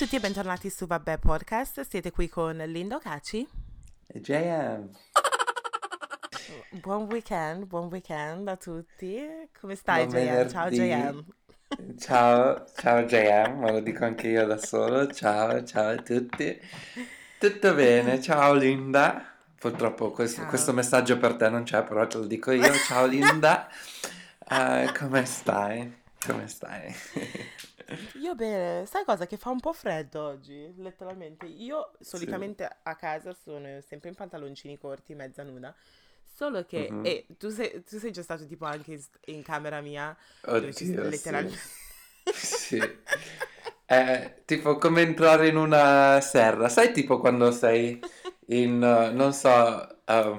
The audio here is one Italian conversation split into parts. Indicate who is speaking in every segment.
Speaker 1: tutti e bentornati su Vabbè Podcast, siete qui con Lindo Caci.
Speaker 2: E JM.
Speaker 1: Buon weekend a tutti. Come stai
Speaker 2: Buon
Speaker 1: JM? Ciao
Speaker 2: venerdì.
Speaker 1: JM.
Speaker 2: Ciao JM, ma lo dico anche io da solo. Ciao a tutti. Tutto bene, ciao Linda. Purtroppo questo
Speaker 1: Ciao.
Speaker 2: messaggio per te non c'è, però te lo dico io. Ciao Linda. Come stai? Come stai?
Speaker 1: Io bene, sai cosa? Che fa un po' freddo oggi, letteralmente. Io
Speaker 2: Sì.
Speaker 1: solitamente a casa sono sempre in pantaloncini corti, mezza nuda. Solo che,
Speaker 2: Mhm.
Speaker 1: e tu sei già stato tipo anche in camera mia, dove
Speaker 2: Oddio, sì.
Speaker 1: letteralmente...
Speaker 2: Sì. È tipo come entrare in una serra. Sai tipo quando sei in, non so,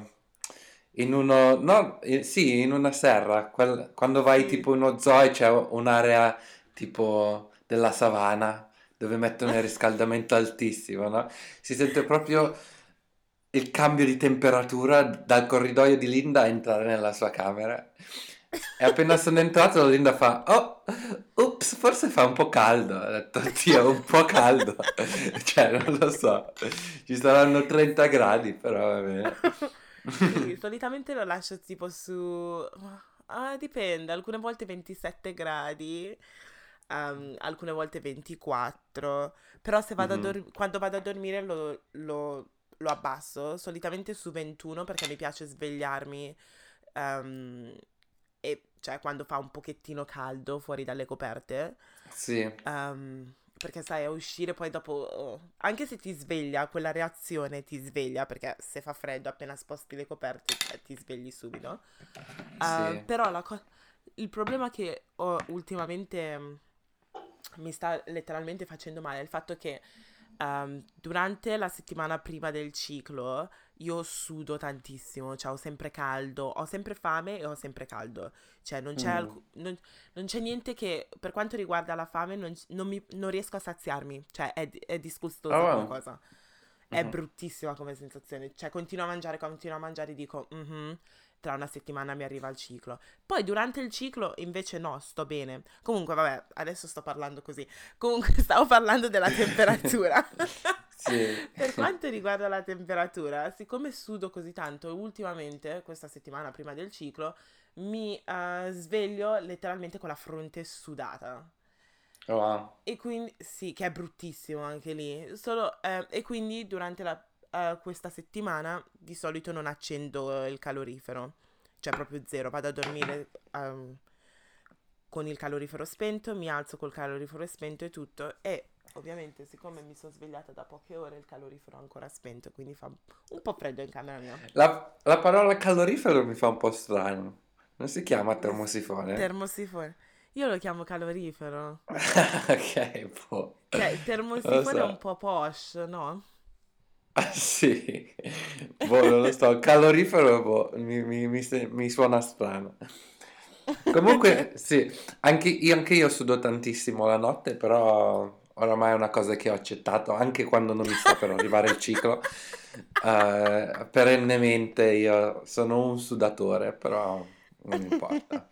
Speaker 2: in uno, no, sì, in una serra, quando vai
Speaker 1: Sì.
Speaker 2: tipo in uno zoo e c'è un'area tipo della savana dove mettono il riscaldamento altissimo, no? Si sente proprio
Speaker 1: Sì.
Speaker 2: il cambio di temperatura dal corridoio di Linda a entrare nella sua camera. E appena sono entrato, Linda fa: Oh, ups, forse fa un po' caldo. Ho detto: Oddio, un po' caldo. Cioè, non lo so. Ci saranno 30 gradi, però va bene.
Speaker 1: Sì, solitamente lo lascio tipo su... dipende, alcune volte 27 gradi, alcune volte 24, però se
Speaker 2: Mhm.
Speaker 1: quando vado a dormire lo abbasso, solitamente su 21 perché mi piace svegliarmi, ehm, e cioè quando fa un pochettino caldo fuori dalle coperte.
Speaker 2: Sì,
Speaker 1: Perché sai, a uscire poi dopo, anche se ti sveglia, quella reazione ti sveglia, perché se fa freddo appena sposti le coperte ti svegli subito.
Speaker 2: sì.
Speaker 1: Però il problema che ho ultimamente mi sta letteralmente facendo male è il fatto che durante la settimana prima del ciclo io sudo tantissimo, cioè ho sempre caldo, ho sempre fame e ho sempre caldo. Cioè
Speaker 2: Mm.
Speaker 1: non c'è niente che, per quanto riguarda la fame, non riesco a saziarmi. Cioè è
Speaker 2: Oh,
Speaker 1: disgustosa come
Speaker 2: wow.
Speaker 1: cosa. È
Speaker 2: Mhm.
Speaker 1: bruttissima come sensazione. Cioè continuo a mangiare e dico, "Mhm, tra una settimana mi arriva il ciclo." Poi durante il ciclo invece no, sto bene. Comunque, vabbè, adesso sto parlando così. Comunque, stavo parlando della temperatura.
Speaker 2: Sì.
Speaker 1: Per quanto riguarda la temperatura, siccome sudo così tanto, ultimamente, questa settimana prima del ciclo, mi sveglio letteralmente con la fronte sudata.
Speaker 2: Oh, wow.
Speaker 1: E quindi, sì, che è bruttissimo anche lì. E quindi durante questa settimana di solito non accendo il calorifero. Cioè proprio zero, vado a dormire con il calorifero spento, mi alzo col calorifero spento e tutto. E ovviamente, siccome mi sono svegliata da poche ore, il calorifero è ancora spento, quindi fa un po' freddo in camera mia.
Speaker 2: La parola calorifero mi fa un po' strano. Non si chiama
Speaker 1: S-
Speaker 2: termosifone?
Speaker 1: Termosifone. Io lo chiamo calorifero.
Speaker 2: Ok, boh.
Speaker 1: Cioè, il
Speaker 2: Non lo
Speaker 1: termosifone è un
Speaker 2: so.
Speaker 1: po' posh, no?
Speaker 2: Ah, sì. Boh, non lo so. Calorifero, boh, mi suona strano. Comunque, sì, anche io sudo tantissimo la notte, però oramai è una cosa che ho accettato, anche quando non mi sta per arrivare il ciclo. Perennemente io sono un sudatore, però non importa.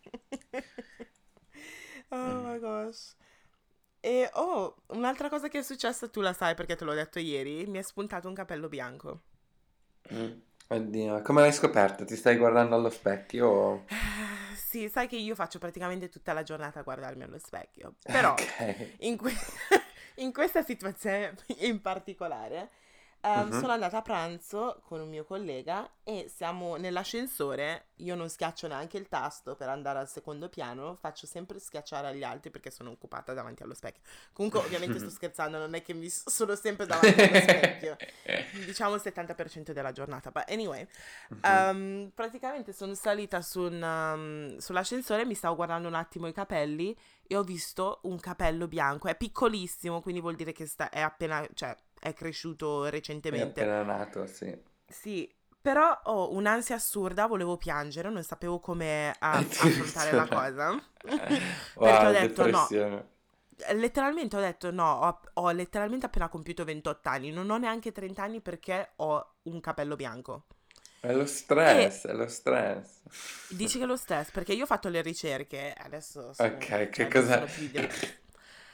Speaker 1: Oh my gosh. E un'altra cosa che è successa, tu la sai perché te l'ho detto ieri, mi è spuntato un capello bianco.
Speaker 2: Mm. Oddio, come l'hai scoperto? Ti stai guardando allo specchio?
Speaker 1: Sì, sai che io faccio praticamente tutta la giornata a guardarmi allo specchio, però
Speaker 2: Ok.
Speaker 1: in, que- in questa situazione in particolare sono
Speaker 2: Mhm.
Speaker 1: andata a pranzo con un mio collega e siamo nell'ascensore, io non schiaccio neanche il tasto per andare al secondo piano, faccio sempre schiacciare agli altri perché sono occupata davanti allo specchio. Comunque ovviamente sto scherzando, non è che sono sempre davanti allo specchio, diciamo il 70% della giornata, but anyway.
Speaker 2: Mhm.
Speaker 1: Praticamente sono salita sull'ascensore, mi stavo guardando un attimo i capelli e ho visto un capello bianco. È piccolissimo, quindi vuol dire che è appena, cioè, è cresciuto
Speaker 2: È
Speaker 1: recentemente.
Speaker 2: appena nato, sì.
Speaker 1: Sì, però ho un'ansia assurda, volevo piangere, non sapevo come affrontare la
Speaker 2: Addirittura.
Speaker 1: cosa. Perché ho
Speaker 2: Wow,
Speaker 1: detto no.
Speaker 2: depressione.
Speaker 1: Letteralmente ho detto no, ho letteralmente appena compiuto 28 anni, non ho neanche 30 anni perché ho un capello bianco.
Speaker 2: È lo
Speaker 1: E
Speaker 2: stress, è lo stress.
Speaker 1: dici che è lo stress, perché io ho fatto le ricerche, adesso
Speaker 2: Ok, che
Speaker 1: cioè non
Speaker 2: cosa...
Speaker 1: sono più idea.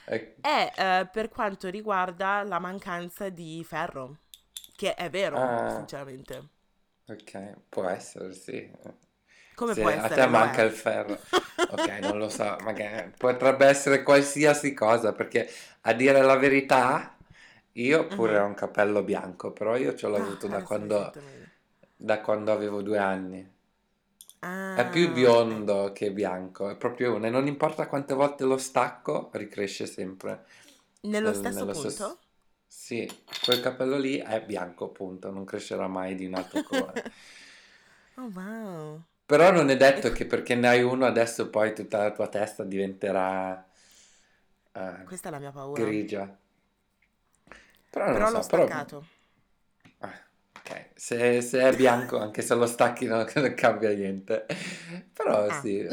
Speaker 2: Eh,
Speaker 1: è per quanto riguarda la mancanza di ferro, che è vero,
Speaker 2: ah,
Speaker 1: sinceramente.
Speaker 2: ok, può essere, sì.
Speaker 1: Come può
Speaker 2: Se a
Speaker 1: essere,
Speaker 2: te
Speaker 1: lo
Speaker 2: manca
Speaker 1: è.
Speaker 2: il ferro, ok, non lo so, magari potrebbe essere qualsiasi cosa, perché a dire la verità, io pure ho
Speaker 1: Mhm.
Speaker 2: un capello bianco, però io ce l'ho
Speaker 1: Ah,
Speaker 2: avuto
Speaker 1: adesso mi sento meglio.
Speaker 2: da quando avevo 2 anni. È più
Speaker 1: Ah, ok.
Speaker 2: biondo che bianco, è proprio uno, e non importa quante volte lo stacco, ricresce sempre
Speaker 1: Nello stesso
Speaker 2: nello stesso...
Speaker 1: punto?
Speaker 2: Sì, quel capello lì è bianco, appunto, non crescerà mai di un altro colore.
Speaker 1: Oh, wow.
Speaker 2: Però non è
Speaker 1: E
Speaker 2: detto che perché ne hai uno adesso poi tutta la tua testa diventerà eh,
Speaker 1: questa è la mia paura.
Speaker 2: grigia. Però non lo
Speaker 1: Però l'ho
Speaker 2: so, però...
Speaker 1: staccato.
Speaker 2: Ok, se è bianco, anche se lo stacchi non cambia niente. Però
Speaker 1: Ah.
Speaker 2: sì,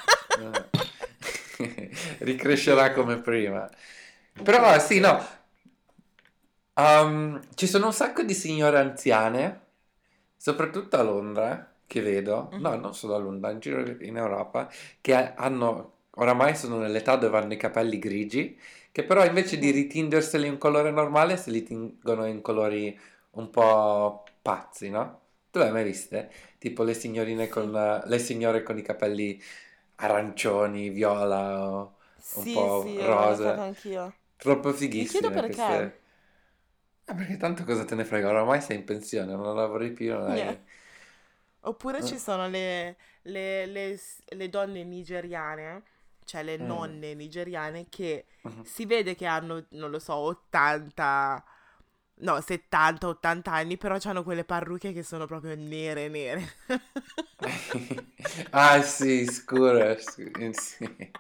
Speaker 2: ricrescerà
Speaker 1: Bene.
Speaker 2: come prima. Però
Speaker 1: Bene,
Speaker 2: sì, no,
Speaker 1: bene.
Speaker 2: ci sono un sacco di signore anziane, soprattutto a Londra, che vedo, no,
Speaker 1: Mhm.
Speaker 2: non solo a Londra, in giro in Europa, che hanno, oramai sono nell'età dove hanno i capelli grigi, che però invece di
Speaker 1: Mhm.
Speaker 2: ritingerseli in colore normale, se li tingono in colori un po' pazzi, no? Tu le hai mai viste? Tipo le signorine
Speaker 1: Sì.
Speaker 2: le signore con i capelli arancioni, viola o un
Speaker 1: Sì,
Speaker 2: po'
Speaker 1: sì, l'ho notato
Speaker 2: rosa.
Speaker 1: anch'io.
Speaker 2: Troppo
Speaker 1: Mi chiedo
Speaker 2: fighissime
Speaker 1: perché.
Speaker 2: queste. Perché tanto cosa te ne frega? Oramai sei in pensione, non lavori più, non
Speaker 1: Yeah.
Speaker 2: hai...
Speaker 1: Oppure
Speaker 2: Eh,
Speaker 1: ci sono le donne nigeriane, cioè le
Speaker 2: mm,
Speaker 1: nonne nigeriane, che
Speaker 2: mhm.
Speaker 1: si vede che hanno, non lo so, 80, no, 70, 80 anni, però hanno quelle parrucche che sono proprio nere, nere.
Speaker 2: Ah sì, scuro, sì.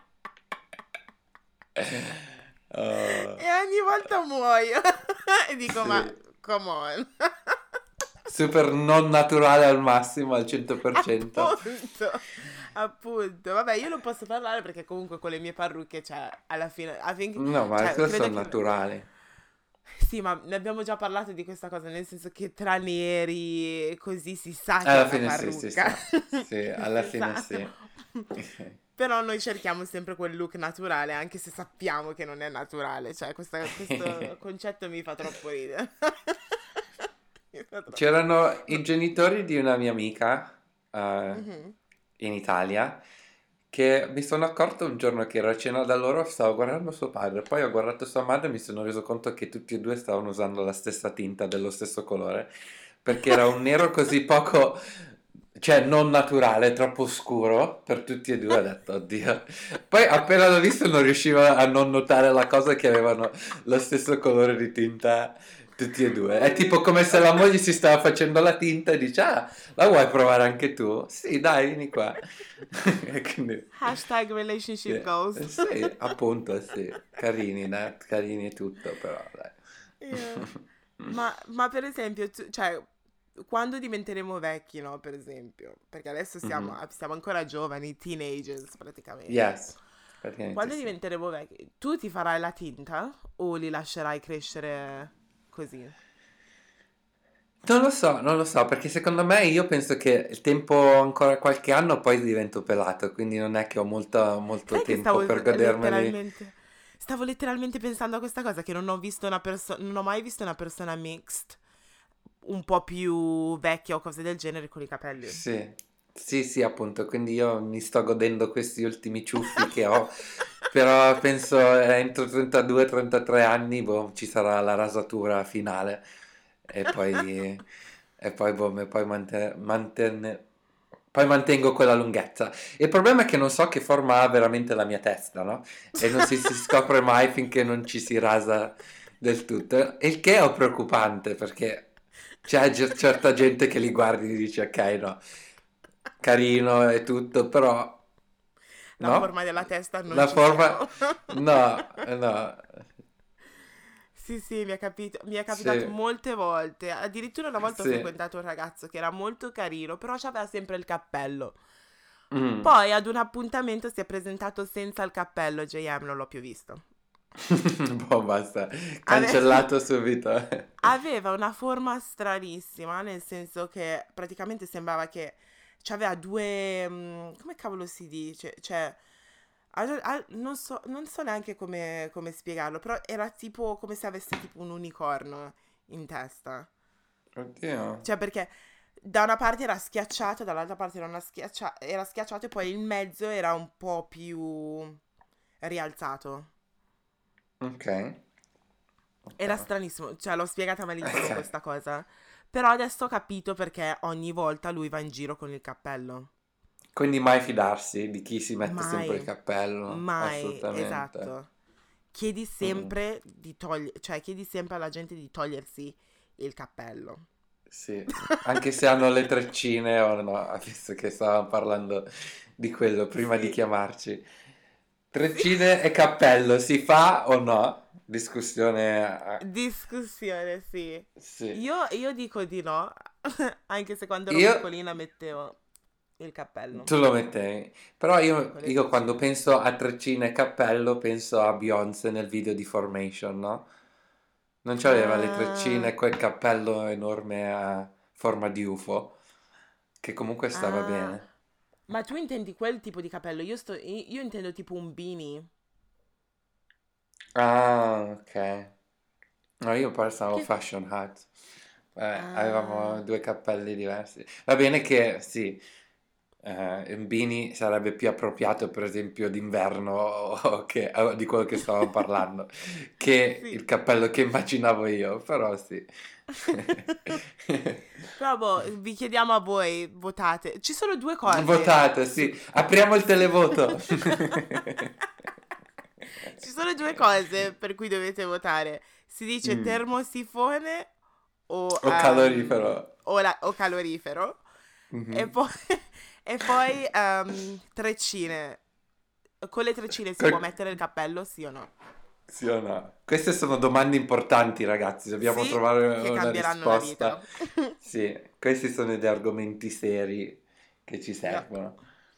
Speaker 2: Oh,
Speaker 1: E ogni volta muoio. E dico, ma
Speaker 2: sì.
Speaker 1: come on.
Speaker 2: Super non naturale al massimo, al 100%.
Speaker 1: Appunto, appunto. Vabbè, io non posso parlare perché comunque con le mie parrucche, cioè, alla fine,
Speaker 2: No, ma
Speaker 1: cioè,
Speaker 2: queste
Speaker 1: credo
Speaker 2: sono
Speaker 1: che...
Speaker 2: naturali.
Speaker 1: Sì, ma ne abbiamo già parlato di questa cosa, nel senso che tra neri e così si sa che è
Speaker 2: Alla
Speaker 1: una
Speaker 2: fine sì, si
Speaker 1: parrucca.
Speaker 2: sa. Sì, alla
Speaker 1: Si
Speaker 2: fine
Speaker 1: sa.
Speaker 2: sì.
Speaker 1: Però noi cerchiamo sempre quel look naturale, anche se sappiamo che non è naturale. Cioè, questo concetto mi fa troppo ridere. Mi fa troppo ridere.
Speaker 2: C'erano i
Speaker 1: Ma-
Speaker 2: genitori di una mia amica eh,
Speaker 1: Mhm.
Speaker 2: in Italia che mi sono accorto un giorno che ero a cena da loro, stavo guardando suo padre, poi ho guardato sua madre e mi sono reso conto che tutti e due stavano usando la stessa tinta dello stesso colore, perché era un nero così poco, cioè non naturale, troppo scuro per tutti e due, ho detto, oddio. Poi appena l'ho visto non riuscivo a non notare la cosa che avevano lo stesso colore di tinta tutti e due. È tipo come se la moglie si stava facendo la tinta e dice, ah, la vuoi provare anche tu? Sì, dai, vieni qua. E quindi,
Speaker 1: Hashtag relationship goals.
Speaker 2: sì, appunto, sì. Carini, dai, carini e tutto, però, dai.
Speaker 1: Yeah. Ma per esempio, cioè, quando diventeremo vecchi, no? Per esempio, perché adesso
Speaker 2: Mhm.
Speaker 1: siamo ancora giovani, teenagers praticamente.
Speaker 2: Yes, praticamente
Speaker 1: Quando
Speaker 2: sì.
Speaker 1: diventeremo vecchi, tu ti farai la tinta o li lascerai crescere così?
Speaker 2: Non lo so, perché secondo me io penso che il tempo ancora qualche anno poi divento pelato, quindi non è che ho molto
Speaker 1: Sai che
Speaker 2: tempo per godermeli.
Speaker 1: stavo letteralmente pensando a questa cosa, che non ho visto una persona, non ho mai visto una persona mixed, un po' più vecchia o cose del genere con i capelli.
Speaker 2: Sì, sì, sì, appunto, quindi io mi sto godendo questi ultimi ciuffi che ho, però penso entro 32-33 anni boh, ci sarà la rasatura finale e poi, boh, poi mantengo quella lunghezza. Il problema è che non so che forma ha veramente la mia testa, no? E non si scopre mai finché non ci si rasa del tutto, il che è preoccupante perché c'è certa gente che li guardi e dice ok, no, carino e tutto, però
Speaker 1: La
Speaker 2: no,
Speaker 1: forma della testa non
Speaker 2: la
Speaker 1: ci
Speaker 2: forma
Speaker 1: siamo.
Speaker 2: no, no,
Speaker 1: Sì, sì, mi è capitato
Speaker 2: sì,
Speaker 1: molte volte. Addirittura una volta ho
Speaker 2: sì,
Speaker 1: frequentato un ragazzo che era molto carino, però aveva sempre il cappello.
Speaker 2: mm.
Speaker 1: Poi ad un appuntamento si è presentato senza il cappello, JM non l'ho più visto.
Speaker 2: Boh, basta,
Speaker 1: Ave-
Speaker 2: cancellato subito.
Speaker 1: Aveva una forma stranissima, nel senso che praticamente sembrava che aveva due... come cavolo si dice? Cioè, Non so neanche come spiegarlo, però era tipo come se avesse tipo un unicorno in testa.
Speaker 2: Oddio.
Speaker 1: Cioè, perché da una parte era schiacciato, dall'altra parte era schiacciato e poi il mezzo era un po' più rialzato.
Speaker 2: Ok. Ok.
Speaker 1: Era stranissimo, cioè l'ho spiegata malissimo questa cosa. Però adesso ho capito perché ogni volta lui va in giro con il cappello.
Speaker 2: Quindi mai fidarsi di chi si mette sempre il
Speaker 1: Mai,
Speaker 2: cappello.
Speaker 1: mai,
Speaker 2: Assolutamente.
Speaker 1: esatto. Chiedi
Speaker 2: Mm,
Speaker 1: sempre di cioè chiedi sempre alla gente di togliersi il cappello.
Speaker 2: sì. Anche se hanno le treccine o no, visto che stavamo parlando di quello prima di
Speaker 1: Sì,
Speaker 2: chiamarci.
Speaker 1: sì.
Speaker 2: Treccine e cappello, si fa o no? Discussione.
Speaker 1: Discussione, sì.
Speaker 2: Sì.
Speaker 1: Io dico di no, anche se quando ero
Speaker 2: Io
Speaker 1: piccolina mettevo il cappello
Speaker 2: Tu lo mettevi. Però io,
Speaker 1: con le
Speaker 2: io quando
Speaker 1: treccine.
Speaker 2: penso a treccine e cappello penso a Beyoncé nel video di Formation, no? Non c'aveva le treccine
Speaker 1: Ah,
Speaker 2: e quel cappello enorme a forma di UFO, che comunque stava
Speaker 1: ah,
Speaker 2: bene.
Speaker 1: ma tu intendi quel tipo di cappello? Io intendo tipo un beanie.
Speaker 2: Ah, ok. No, io pensavo
Speaker 1: Che...
Speaker 2: Fashion Hat. Avevamo
Speaker 1: Ah,
Speaker 2: due cappelli diversi. Va bene che sì, un beanie sarebbe più appropriato, per esempio, d'inverno o di quello che stavamo parlando, che
Speaker 1: sì.
Speaker 2: il cappello che immaginavo io, però sì.
Speaker 1: Però boh, vi chiediamo a voi, votate. Ci sono due cose.
Speaker 2: Votate, sì. Apriamo il
Speaker 1: Sì.
Speaker 2: televoto.
Speaker 1: Ci sono due cose per cui dovete votare. Si dice
Speaker 2: Mm.
Speaker 1: termosifone
Speaker 2: O calorifero.
Speaker 1: o calorifero. E
Speaker 2: Mhm.
Speaker 1: poi, e poi treccine. Con le treccine si può
Speaker 2: Que-
Speaker 1: mettere il cappello, sì o no?
Speaker 2: Sì o no? Queste sono domande importanti, ragazzi. Dobbiamo
Speaker 1: Sì,
Speaker 2: trovare
Speaker 1: che
Speaker 2: una
Speaker 1: cambieranno la
Speaker 2: risposta.
Speaker 1: vita.
Speaker 2: Sì, questi sono gli argomenti seri che ci
Speaker 1: Yup,
Speaker 2: servono.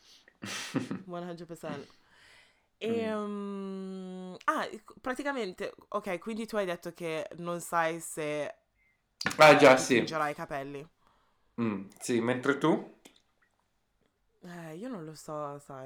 Speaker 1: 100%.
Speaker 2: Mm.
Speaker 1: Praticamente, ok, quindi tu hai detto che non sai se
Speaker 2: Ah, già,
Speaker 1: ti
Speaker 2: sì.
Speaker 1: tingerai i capelli.
Speaker 2: Sì, mentre tu?
Speaker 1: Io non lo so, sai.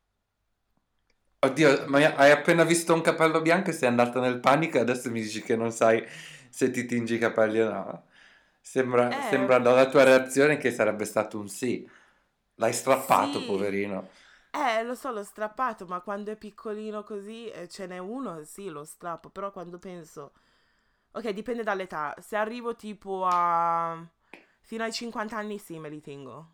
Speaker 2: Oddio, ma
Speaker 1: Oddio.
Speaker 2: hai appena visto un capello bianco e sei andata nel panico e adesso mi dici che non sai se ti tingi i capelli o no. Sembra dalla tua reazione che sarebbe stato un sì. L'hai strappato,
Speaker 1: Sì.
Speaker 2: poverino.
Speaker 1: Lo so, l'ho strappato, ma quando è piccolino così ce n'è uno, sì, lo strappo. Però quando penso... Ok, dipende dall'età. Se arrivo tipo a... Fino ai 50 anni, sì, me li tengo.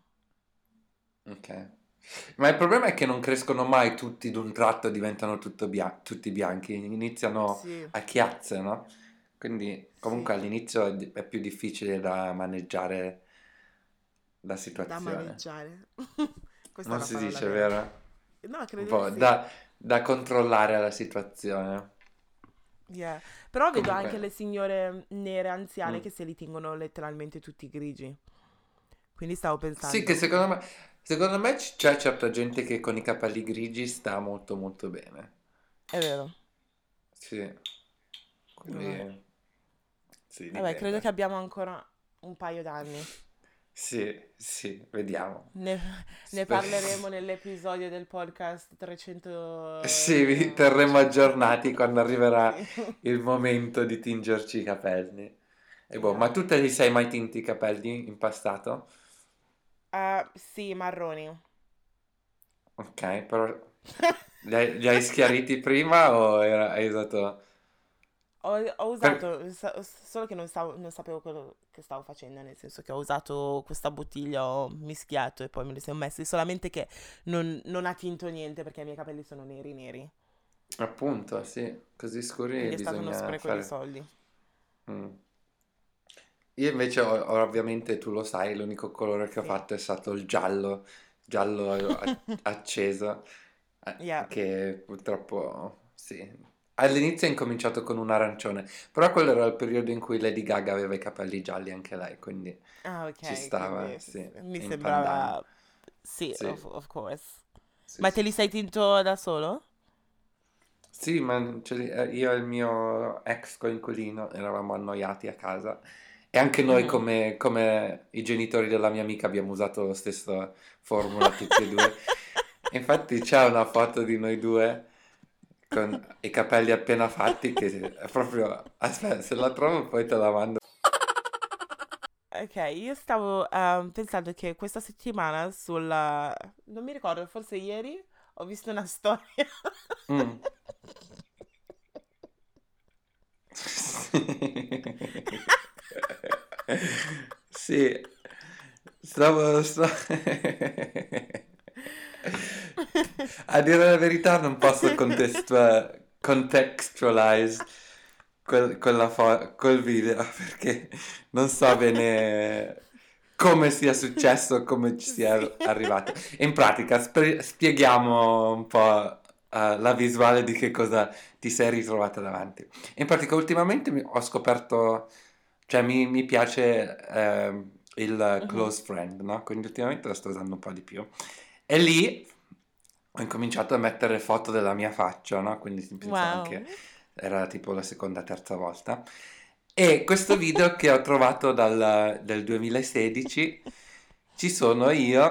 Speaker 2: Ok. Ma il problema è che non crescono mai tutti d'un tratto e diventano tutti bianchi, iniziano
Speaker 1: Sì,
Speaker 2: a chiazze, no? Quindi
Speaker 1: sì,
Speaker 2: comunque all'inizio è più difficile da maneggiare la
Speaker 1: da
Speaker 2: situazione.
Speaker 1: maneggiare. Questa è
Speaker 2: Non
Speaker 1: una
Speaker 2: si
Speaker 1: parola
Speaker 2: dice,
Speaker 1: vera.
Speaker 2: vero?
Speaker 1: No,
Speaker 2: Un
Speaker 1: credo di
Speaker 2: po'
Speaker 1: sì.
Speaker 2: da controllare la situazione.
Speaker 1: Yeah. Però vedo
Speaker 2: Comunque,
Speaker 1: anche le signore nere anziane
Speaker 2: mm.
Speaker 1: che se li tengono letteralmente tutti grigi. Quindi stavo
Speaker 2: Sì, che
Speaker 1: pensando,
Speaker 2: secondo me c'è certa gente che con i capelli grigi sta molto molto bene.
Speaker 1: è vero.
Speaker 2: Sì,
Speaker 1: Vabbè,
Speaker 2: quindi sì,
Speaker 1: Vabbè, credo che
Speaker 2: dipende.
Speaker 1: abbiamo ancora un paio d'anni.
Speaker 2: Sì, sì, vediamo.
Speaker 1: Ne, ne
Speaker 2: Sper-
Speaker 1: parleremo nell'episodio del podcast
Speaker 2: Sì, vi terremo
Speaker 1: 350.
Speaker 2: aggiornati quando arriverà
Speaker 1: Sì.
Speaker 2: il momento di tingerci i capelli. E boh, ma
Speaker 1: Yeah.
Speaker 2: tu te li sei mai tinti i capelli in passato?
Speaker 1: Sì, marroni.
Speaker 2: Ok, però li hai schiariti prima o hai usato...
Speaker 1: Ho
Speaker 2: per-
Speaker 1: usato, solo che non sapevo quello che stavo facendo, nel senso che ho usato questa bottiglia, ho mischiato e poi me li sono messi, solamente che non ha tinto niente perché i miei capelli sono neri neri,
Speaker 2: Appunto, sì, così scuri
Speaker 1: quindi è stato uno
Speaker 2: bisogna
Speaker 1: spreco di
Speaker 2: fare...
Speaker 1: soldi.
Speaker 2: Mm. Io invece, ovviamente tu lo sai, l'unico colore che ho
Speaker 1: Sì.
Speaker 2: fatto è stato il giallo, giallo acceso,
Speaker 1: Yeah.
Speaker 2: che purtroppo, sì. All'inizio è incominciato con un arancione, però quello era il periodo in cui Lady Gaga aveva i capelli gialli anche lei, quindi
Speaker 1: Ah,
Speaker 2: ci
Speaker 1: ok,
Speaker 2: stava,
Speaker 1: quindi
Speaker 2: sì,
Speaker 1: mi
Speaker 2: in pandan.
Speaker 1: sembrava... Sì,
Speaker 2: Sì,
Speaker 1: of course.
Speaker 2: sì,
Speaker 1: Ma te
Speaker 2: sì.
Speaker 1: li sei tinto da solo?
Speaker 2: Sì, ma io e il mio ex coinquilino eravamo annoiati a casa e anche noi
Speaker 1: Mhm.
Speaker 2: come i genitori della mia amica abbiamo usato la stessa formula tutti e due Infatti c'è una foto di noi due con i capelli appena fatti che è proprio... Aspetta, se la trovo poi te la mando.
Speaker 1: Ok, io stavo pensando che questa settimana sulla... non mi ricordo, forse ieri ho visto una storia.
Speaker 2: Mm. Sì, stavo... A dire la verità non posso contextualize quel video perché non so bene come sia successo, come ci sia
Speaker 1: Sì.
Speaker 2: arrivato. In pratica, spieghiamo un po' la visuale di che cosa ti sei ritrovata davanti. In pratica, ultimamente ho scoperto, cioè mi piace il
Speaker 1: Mhm.
Speaker 2: close friend, no? Quindi ultimamente lo sto usando un po' di più. E lì ho incominciato a mettere foto della mia faccia, no? Quindi penso anche,
Speaker 1: Wow.
Speaker 2: era tipo la seconda, terza volta. E questo video che ho trovato del 2016, ci sono io,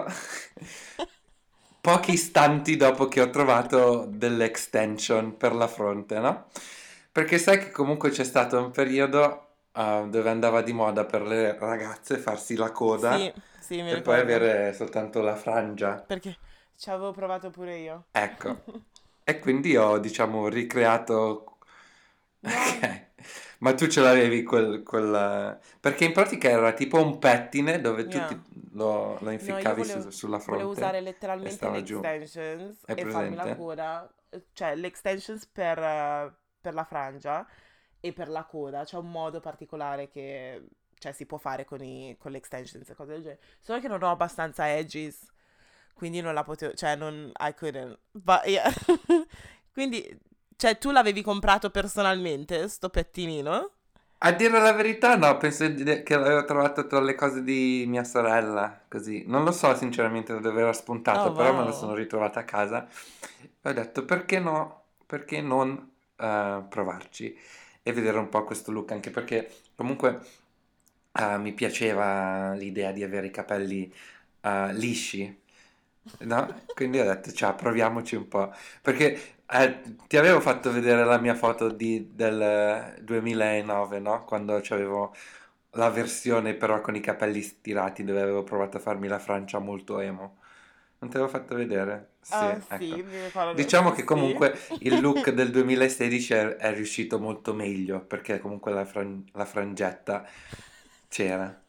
Speaker 2: pochi istanti dopo che ho trovato delle extension per la fronte, no? Perché sai che comunque c'è stato un periodo dove andava di moda per le ragazze farsi la
Speaker 1: Sì,
Speaker 2: coda
Speaker 1: sì, mi
Speaker 2: e poi
Speaker 1: ricordo.
Speaker 2: avere soltanto la frangia.
Speaker 1: Perché ci avevo provato pure io.
Speaker 2: Ecco. E quindi ho, diciamo, ricreato...
Speaker 1: No,
Speaker 2: Ok. Ma tu ce l'avevi Perché in pratica era tipo un pettine dove tu
Speaker 1: yeah.
Speaker 2: lo
Speaker 1: No, io
Speaker 2: inficcavi sulla
Speaker 1: volevo usare
Speaker 2: fronte e
Speaker 1: letteralmente le
Speaker 2: stava giù.
Speaker 1: extensions
Speaker 2: Hai
Speaker 1: e farmi la
Speaker 2: presente?
Speaker 1: coda, cioè le extensions per la frangia e per la coda. C'è un modo particolare che cioè, si può fare con le extensions e cose del genere. Solo che non ho abbastanza edges, quindi non la potevo, cioè non, I couldn't. But yeah. Quindi, cioè tu l'avevi comprato personalmente, sto pettinino?
Speaker 2: A dire la verità, no, penso che l'avevo trovato tra le cose di mia sorella, così. Non lo so sinceramente da dove era spuntato,
Speaker 1: Oh
Speaker 2: però me lo sono
Speaker 1: wow.
Speaker 2: ritrovata a casa e ho detto perché no, perché non provarci e vedere un po' questo look, anche perché comunque mi piaceva l'idea di avere i capelli lisci, no? Quindi ho detto, ciao, proviamoci un po'. Perché ti avevo fatto vedere la mia foto del 2009, no? Quando avevo la versione però con i capelli stirati dove avevo provato a farmi la Francia molto emo. Non te l'avevo fatto vedere? Sì,
Speaker 1: Ah
Speaker 2: ecco.
Speaker 1: sì, mi ricordo,
Speaker 2: Diciamo
Speaker 1: sì
Speaker 2: che
Speaker 1: sì.
Speaker 2: comunque il look del 2016 è riuscito molto meglio perché comunque la frangetta c'era.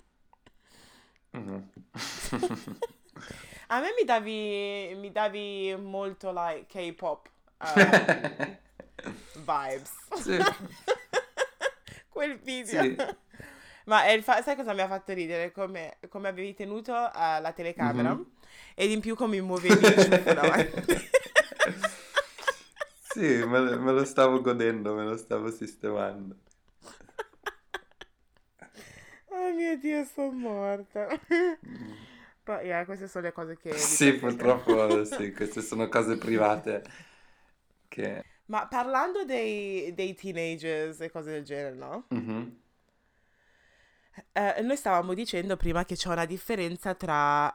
Speaker 2: Mhm.
Speaker 1: A me mi davi molto like K-pop vibes.
Speaker 2: Sì,
Speaker 1: Quel video.
Speaker 2: sì.
Speaker 1: Ma sai cosa mi ha fatto ridere? Come avevi tenuto la telecamera
Speaker 2: Mhm.
Speaker 1: ed in più come muovevi il ciuffo davanti.
Speaker 2: Sì, me lo stavo godendo, me lo stavo sistemando.
Speaker 1: Oh mio Dio, sono morta.
Speaker 2: Mm.
Speaker 1: Poi, yeah, queste sono le cose che mi
Speaker 2: Sì,
Speaker 1: piacerebbero.
Speaker 2: purtroppo sì, queste sono cose private che...
Speaker 1: Ma parlando dei teenagers e cose del genere, no?
Speaker 2: Mhm.
Speaker 1: Noi stavamo dicendo prima che c'è una differenza tra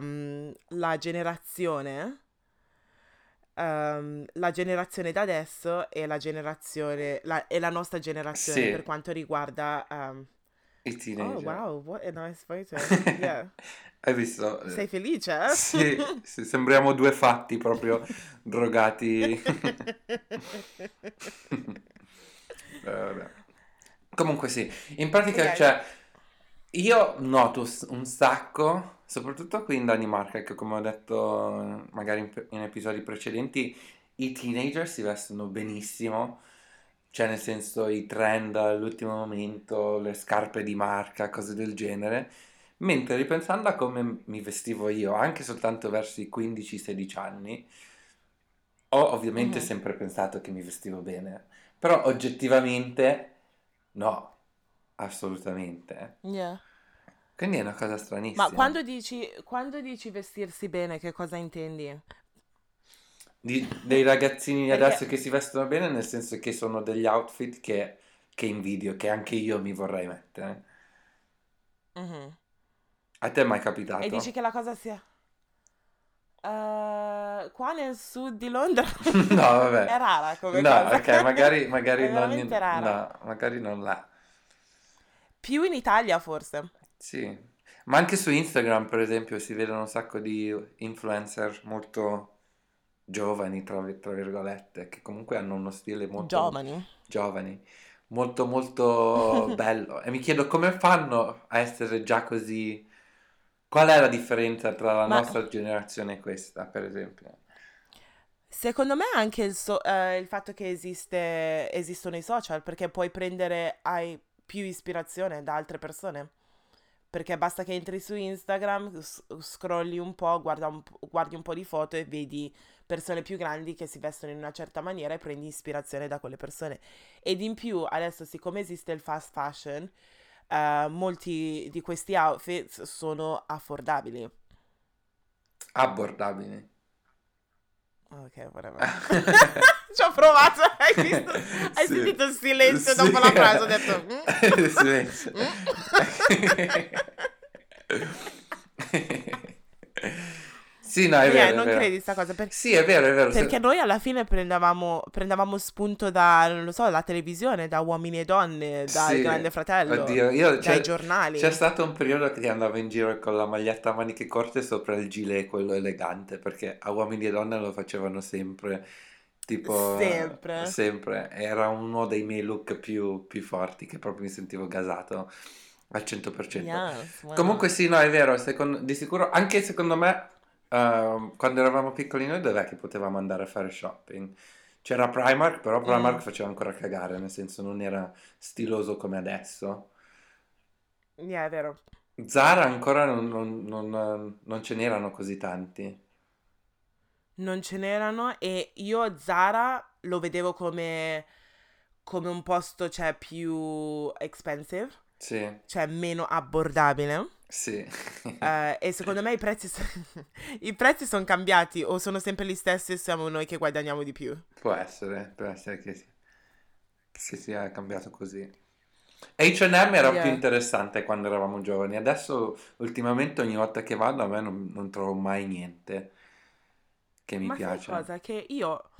Speaker 1: la generazione da adesso e e la nostra generazione per
Speaker 2: Sì,
Speaker 1: quanto riguarda...
Speaker 2: i
Speaker 1: oh
Speaker 2: teenager.
Speaker 1: wow, what a nice photo. Yeah.
Speaker 2: Hai visto?
Speaker 1: Sei felice?
Speaker 2: Sì, sì, sembriamo due fatti proprio drogati. Vabbè. Comunque sì, in pratica
Speaker 1: Ok.
Speaker 2: cioè io noto un sacco, soprattutto qui in Danimarca, che come ho detto magari in episodi precedenti, i teenager si vestono benissimo, cioè nel senso i trend all'ultimo momento, le scarpe di marca, cose del genere, mentre ripensando a come mi vestivo io, anche soltanto verso i 15-16 anni, ho ovviamente
Speaker 1: Mhm.
Speaker 2: sempre pensato che mi vestivo bene, però oggettivamente no, assolutamente.
Speaker 1: Yeah.
Speaker 2: Quindi è una cosa
Speaker 1: Ma
Speaker 2: stranissima.
Speaker 1: quando dici vestirsi bene, che cosa intendi?
Speaker 2: Dei ragazzini di
Speaker 1: Perché...
Speaker 2: adesso che si vestono bene, nel senso che sono degli outfit che invidio, che anche io mi vorrei mettere.
Speaker 1: Mhm.
Speaker 2: A te è mai
Speaker 1: E
Speaker 2: capitato?
Speaker 1: dici che la cosa sia... Qua nel sud di Londra
Speaker 2: No, vabbè.
Speaker 1: è rara come
Speaker 2: No,
Speaker 1: cosa.
Speaker 2: ok, magari
Speaker 1: È veramente
Speaker 2: non,
Speaker 1: rara.
Speaker 2: no, magari non là.
Speaker 1: Più in Italia, forse.
Speaker 2: Sì, ma anche su Instagram, per esempio, si vedono un sacco di influencer molto giovani, tra virgolette, che comunque hanno uno stile molto
Speaker 1: Giovani.
Speaker 2: giovani, molto molto bello. E mi chiedo come fanno a essere già così. Qual è la differenza tra la
Speaker 1: Ma
Speaker 2: nostra generazione e questa, per esempio?
Speaker 1: secondo me anche il fatto che esistono i social, perché puoi hai più ispirazione da altre persone. Perché basta che entri su Instagram, scrolli un po', guardi un po' di foto e vedi persone più grandi che si vestono in una certa maniera e prendi ispirazione da quelle persone. Ed in più, adesso, siccome esiste il fast fashion, molti di questi outfit sono affordabili.
Speaker 2: Abbordabili.
Speaker 1: Ok, whatever. Ci ho provato, hai visto? Hai
Speaker 2: Sì,
Speaker 1: sentito il silenzio
Speaker 2: sì.
Speaker 1: dopo la frase, ho detto...
Speaker 2: Silenzio. Sì, no, è vero, è
Speaker 1: Non
Speaker 2: vero.
Speaker 1: credi sta cosa?
Speaker 2: Sì, è vero, è vero.
Speaker 1: Perché noi alla fine prendevamo spunto da, non lo so, dalla televisione, da Uomini e Donne, dal
Speaker 2: Sì,
Speaker 1: Grande Fratello,
Speaker 2: oddio,
Speaker 1: dai
Speaker 2: c'è
Speaker 1: giornali.
Speaker 2: stato un periodo che andavo in giro con la maglietta a maniche corte sopra il gilet, quello elegante, perché a Uomini e Donne lo facevano sempre, tipo,
Speaker 1: Sempre.
Speaker 2: sempre. Era uno dei miei look più forti, che proprio mi sentivo gasato al 100%.
Speaker 1: Yes,
Speaker 2: Comunque
Speaker 1: wow.
Speaker 2: sì, no, è vero, di sicuro, anche secondo me, quando eravamo piccoli noi, dov'è che potevamo andare a fare shopping? C'era Primark, però Primark
Speaker 1: Mm,
Speaker 2: faceva ancora cagare, nel senso non era stiloso come adesso.
Speaker 1: yeah, è vero.
Speaker 2: Zara ancora non ce n'erano così tanti.
Speaker 1: Non ce n'erano e io Zara lo vedevo come un posto, cioè, più expensive,
Speaker 2: Sì,
Speaker 1: cioè meno abbordabile.
Speaker 2: sì.
Speaker 1: E secondo me i prezzi sono cambiati o sono sempre gli stessi e siamo noi che guadagniamo di più.
Speaker 2: Può essere che sia cambiato così. H&M era più
Speaker 1: Yeah.
Speaker 2: interessante quando eravamo giovani, adesso ultimamente ogni volta che vado a me non trovo mai niente che mi
Speaker 1: Ma sai
Speaker 2: piace.
Speaker 1: cosa? Che io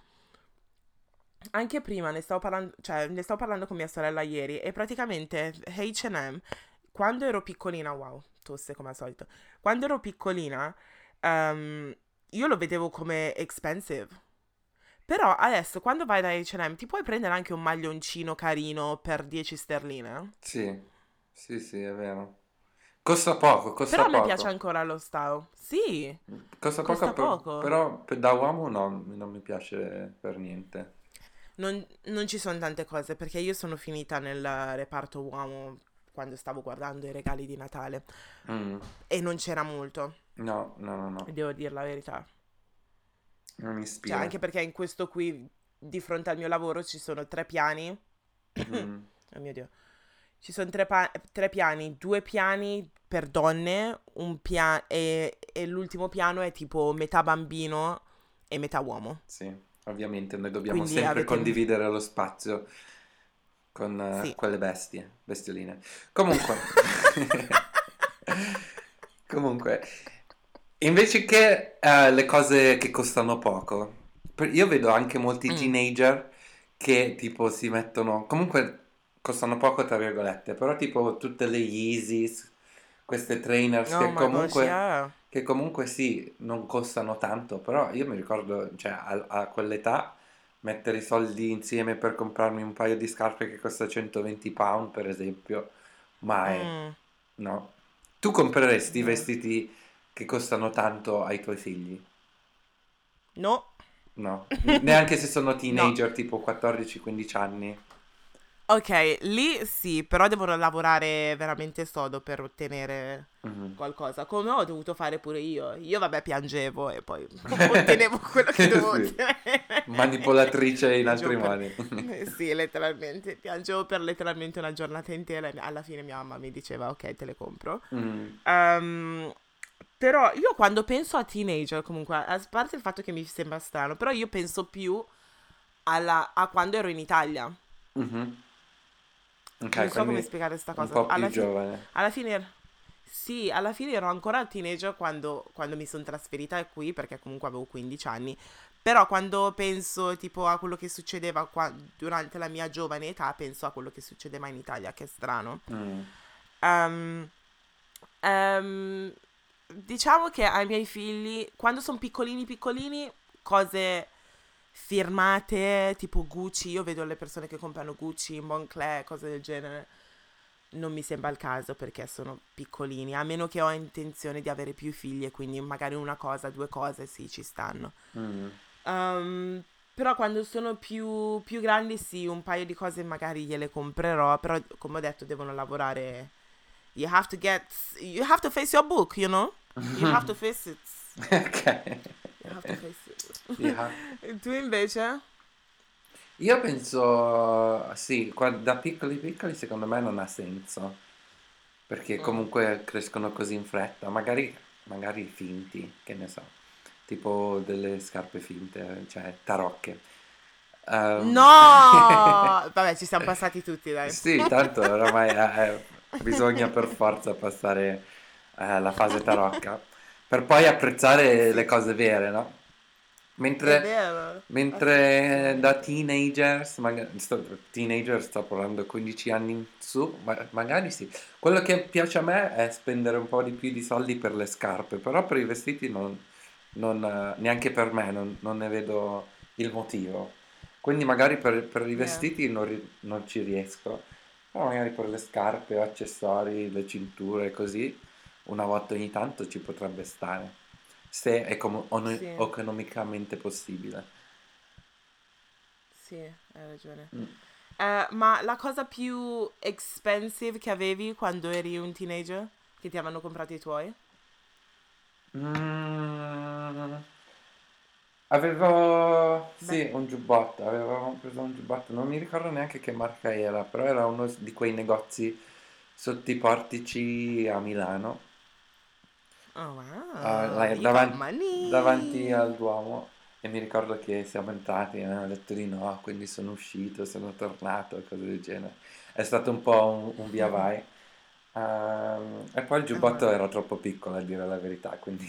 Speaker 1: anche prima ne stavo parlando, cioè ne stavo parlando con mia sorella ieri e praticamente H&M, quando ero piccolina, wow, tosse come al solito, quando ero piccolina, ehm, io lo vedevo come expensive. Però adesso quando vai da H&M ti puoi prendere anche un maglioncino carino per 10 sterline.
Speaker 2: Sì, sì, sì, è vero. Costa poco,
Speaker 1: Però
Speaker 2: costa
Speaker 1: a me piace
Speaker 2: poco.
Speaker 1: ancora lo style. Sì,
Speaker 2: Costa poco,
Speaker 1: costa poco.
Speaker 2: però da uomo no, non mi piace per niente.
Speaker 1: Non ci sono tante cose perché io sono finita nel reparto uomo quando stavo guardando i regali di Natale
Speaker 2: Mm,
Speaker 1: e non c'era molto,
Speaker 2: no, no, no, no,
Speaker 1: devo dire la verità.
Speaker 2: non mi
Speaker 1: Cioè,
Speaker 2: ispira.
Speaker 1: anche perché in questo qui, di fronte al mio lavoro, ci sono 3 piani.
Speaker 2: Mm,
Speaker 1: Oh mio Dio. Ci sono 3 piani, 2 piani per donne, e l'ultimo piano è tipo metà bambino e metà uomo.
Speaker 2: sì, ovviamente noi dobbiamo
Speaker 1: Quindi
Speaker 2: sempre
Speaker 1: avete...
Speaker 2: condividere lo spazio con
Speaker 1: Sì.
Speaker 2: quelle bestioline. Comunque, comunque, invece che le cose che costano poco, io vedo anche molti
Speaker 1: Mm.
Speaker 2: teenager che tipo si mettono, comunque costano poco tra virgolette, però tipo tutte le Yeezys, queste trainers
Speaker 1: Oh my gosh, yeah.
Speaker 2: che comunque sì, non costano tanto, però io mi ricordo, cioè a quell'età mettere i soldi insieme per comprarmi un paio di scarpe che costa 120 pound, per esempio, mai,
Speaker 1: Mm,
Speaker 2: no. Tu compreresti i
Speaker 1: no.
Speaker 2: vestiti che costano tanto ai tuoi figli?
Speaker 1: No.
Speaker 2: No, neanche se sono
Speaker 1: No.
Speaker 2: teenager tipo 14-15 anni.
Speaker 1: Ok, lì sì, però devono lavorare veramente sodo per ottenere
Speaker 2: Mhm.
Speaker 1: qualcosa, come ho dovuto fare pure io. Io, vabbè, piangevo e poi ottenevo quello che dovevo
Speaker 2: Sì,
Speaker 1: ottenere.
Speaker 2: manipolatrice in altri
Speaker 1: Piangevo per...
Speaker 2: modi.
Speaker 1: Sì, letteralmente. Piangevo per letteralmente una giornata intera e alla fine mia mamma mi diceva, ok, te le compro.
Speaker 2: Mm,
Speaker 1: Ehm, Però io quando penso a teenager, comunque, a parte il fatto che mi sembra strano, però io penso più a quando ero in Italia.
Speaker 2: mhm. Ok,
Speaker 1: Non so come
Speaker 2: quindi
Speaker 1: spiegare questa
Speaker 2: un
Speaker 1: cosa.
Speaker 2: po' più giovane.
Speaker 1: Alla fine, Sì, alla fine ero ancora teenager quando mi sono trasferita qui, perché comunque avevo 15 anni. Però quando penso tipo a quello che succedeva durante la mia giovane età, penso a quello che succedeva in Italia, che è strano.
Speaker 2: Mm.
Speaker 1: Ehm, ehm, diciamo che ai miei figli, quando sono piccolini piccolini, cose firmate tipo Gucci, io vedo le persone che comprano Gucci, Moncler, cose del genere. Non mi sembra il caso perché sono piccolini, a meno che ho intenzione di avere più figli e quindi magari una cosa, due cose, sì, ci stanno.
Speaker 2: Mm.
Speaker 1: Um, però quando sono più grandi, sì, un paio di cose magari gliele comprerò, però come ho detto devono lavorare. You have to face your book, you know? You have to face it.
Speaker 2: Ok.
Speaker 1: You have to face
Speaker 2: Yeah.
Speaker 1: it. Tu invece?
Speaker 2: Io penso, sì, da piccoli piccoli secondo me non ha senso, perché
Speaker 1: Mm.
Speaker 2: comunque crescono così in fretta, magari finti, che ne so, tipo delle scarpe finte, cioè tarocche.
Speaker 1: No!
Speaker 2: Ehm,
Speaker 1: Vabbè, ci siamo passati tutti, dai.
Speaker 2: Sì, tanto oramai bisogna per forza passare la fase tarocca per poi apprezzare le
Speaker 1: Sì,
Speaker 2: cose vere, no?
Speaker 1: è
Speaker 2: Mentre,
Speaker 1: vero,
Speaker 2: mentre da
Speaker 1: assolutamente.
Speaker 2: teenagers, teenager sto parlando 15 anni in su, magari sì. Quello che piace a me è spendere un po' di più di soldi per le scarpe, però per i vestiti neanche per me, non ne vedo il motivo. Quindi magari per i
Speaker 1: Yeah.
Speaker 2: vestiti non ci riesco, però magari per le scarpe o accessori, le cinture, così, una volta ogni tanto ci potrebbe stare, se è
Speaker 1: Sì,
Speaker 2: economicamente possibile.
Speaker 1: sì, hai ragione.
Speaker 2: Mm.
Speaker 1: Ma la cosa più expensive che avevi quando eri un teenager? Che ti avevano comprato i tuoi?
Speaker 2: Mm, avevo,
Speaker 1: Beh,
Speaker 2: sì, un giubbotto, avevo preso un giubbotto, non mi ricordo neanche che marca era, però era uno di quei negozi sotto i portici a Milano,
Speaker 1: oh wow, you got
Speaker 2: davanti
Speaker 1: money.
Speaker 2: al Duomo, e mi ricordo che siamo entrati e mi hanno detto di no, quindi sono uscito, sono tornato, cose del genere. È stato un po' un via vai. E poi il giubbotto
Speaker 1: Ah.
Speaker 2: era troppo piccolo a dire la verità, quindi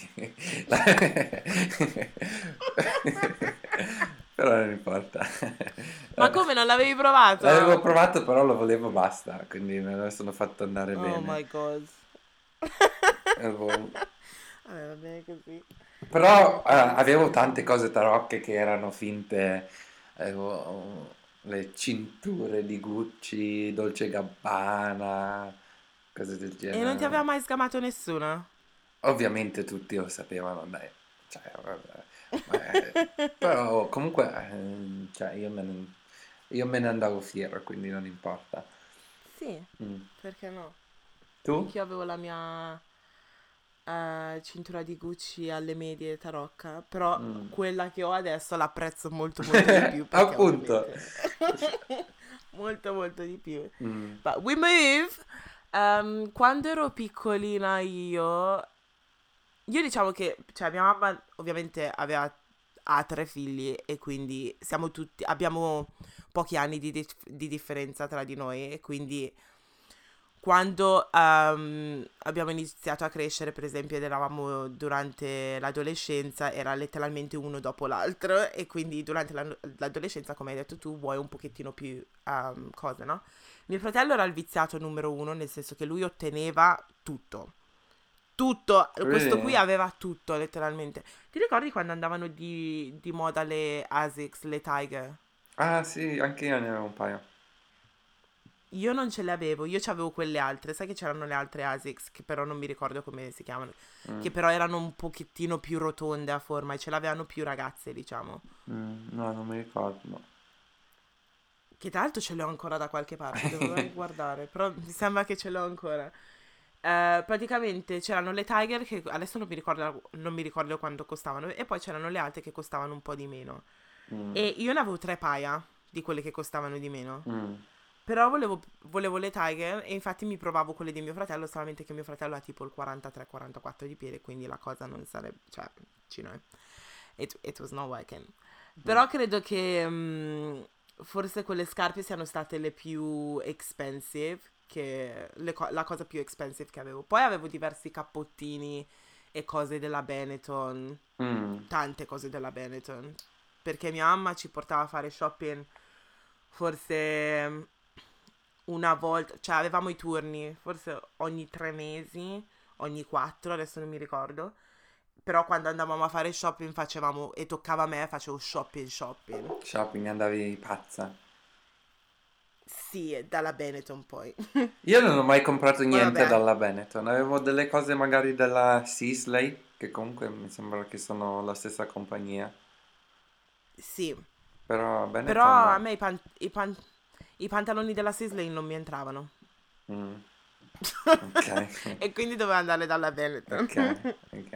Speaker 2: però non importa.
Speaker 1: Ma come non l'avevi provato?
Speaker 2: L'avevo provato, però lo volevo basta, quindi me lo sono fatto andare
Speaker 1: Oh
Speaker 2: bene.
Speaker 1: my god.
Speaker 2: Avevo-
Speaker 1: Vabbè, va bene così. Va bene
Speaker 2: Però
Speaker 1: così,
Speaker 2: avevo
Speaker 1: sì.
Speaker 2: tante cose tarocche che erano finte, avevo le cinture di Gucci, Dolce Gabbana, cose del
Speaker 1: E non ti aveva
Speaker 2: genere.
Speaker 1: mai sgamato nessuno?
Speaker 2: Ovviamente tutti lo sapevano, dai, cioè, vabbè, però comunque cioè, io me ne andavo fiero, quindi non importa.
Speaker 1: Sì,
Speaker 2: Mm.
Speaker 1: perché no?
Speaker 2: Tu?
Speaker 1: Anch'io avevo la mia cintura di Gucci alle medie tarocca, però
Speaker 2: Mm.
Speaker 1: quella che ho adesso l'apprezzo molto molto di più perché
Speaker 2: Appunto.
Speaker 1: ovviamente molto molto di più.
Speaker 2: Mm.
Speaker 1: But we move. Quando ero piccolina io diciamo che, cioè mia mamma ovviamente ha tre figli e quindi abbiamo pochi anni di differenza tra di noi e quindi quando abbiamo iniziato a crescere, per esempio, ed eravamo durante l'adolescenza, era letteralmente uno dopo l'altro e quindi durante l'adolescenza, come hai detto tu, vuoi un pochettino più cose, no? Mio fratello era il viziato numero uno, nel senso che lui otteneva tutto. Tutto, questo qui
Speaker 2: Really?
Speaker 1: aveva tutto, letteralmente. Ti ricordi quando andavano di moda le Asics, le Tiger?
Speaker 2: Ah sì, anche io ne avevo un paio.
Speaker 1: Io non ce le avevo, io c'avevo quelle altre, sai che c'erano le altre Asics, che però non mi ricordo come si chiamano, che
Speaker 2: Mm.
Speaker 1: però erano un pochettino più rotonde a forma e ce l'avevano più ragazze, diciamo.
Speaker 2: No, non mi ricordo.
Speaker 1: Che tra l'altro ce le ho ancora da qualche parte, dovrei guardare, però mi sembra che ce l'ho ancora. Praticamente c'erano le Tiger che adesso non mi ricordo quanto costavano e poi c'erano le altre che costavano un po' di meno.
Speaker 2: Mm.
Speaker 1: E io ne avevo tre paia di quelle che costavano di meno.
Speaker 2: Mm.
Speaker 1: Però volevo le Tiger e infatti mi provavo quelle di mio fratello, solamente che mio fratello ha tipo il 43-44 di piede, quindi la cosa non sarebbe, cioè, it was not working.
Speaker 2: Mm.
Speaker 1: Però credo che forse quelle scarpe siano state le più expensive che la cosa più expensive che avevo. Poi avevo diversi cappottini e cose della Benetton,
Speaker 2: Mm.
Speaker 1: tante cose della Benetton, perché mia mamma ci portava a fare shopping forse una volta, cioè avevamo i turni, forse ogni 3 mesi, ogni 4, adesso non mi ricordo. Però quando andavamo a fare shopping facevamo, e toccava a me, facevo shopping.
Speaker 2: Shopping, andavi pazza.
Speaker 1: Sì, dalla Benetton poi.
Speaker 2: Io non ho mai comprato
Speaker 1: Poi
Speaker 2: niente
Speaker 1: vabbè,
Speaker 2: dalla Benetton, avevo delle cose magari della Sisley, che comunque mi sembra che sono la stessa compagnia,
Speaker 1: sì.
Speaker 2: però
Speaker 1: Però
Speaker 2: Benetton
Speaker 1: a
Speaker 2: no.
Speaker 1: me i pantaloni della Sisley non mi entravano.
Speaker 2: Mm, ok,
Speaker 1: E quindi dovevo andare dalla Benetton.
Speaker 2: ok, ok.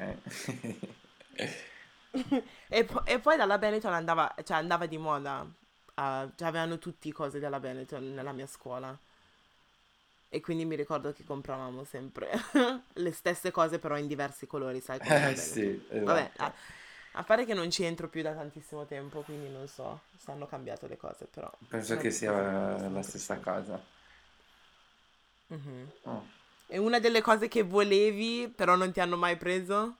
Speaker 1: E poi dalla Benetton andava di moda. Cioè avevano tutti cose della Benetton nella mia scuola. E quindi mi ricordo che compravamo sempre le stesse cose, però in diversi colori, sai, come la Benetton.
Speaker 2: Sì,
Speaker 1: Vabbè,
Speaker 2: esatto.
Speaker 1: a pare che non ci entro più da tantissimo tempo, quindi non so se hanno cambiato le cose, però
Speaker 2: Penso
Speaker 1: sono
Speaker 2: che
Speaker 1: cose che mi
Speaker 2: sia la
Speaker 1: gustano
Speaker 2: stessa
Speaker 1: crescere.
Speaker 2: cosa.
Speaker 1: Mhm.
Speaker 2: Oh.
Speaker 1: E una delle cose che volevi, però non ti hanno mai preso?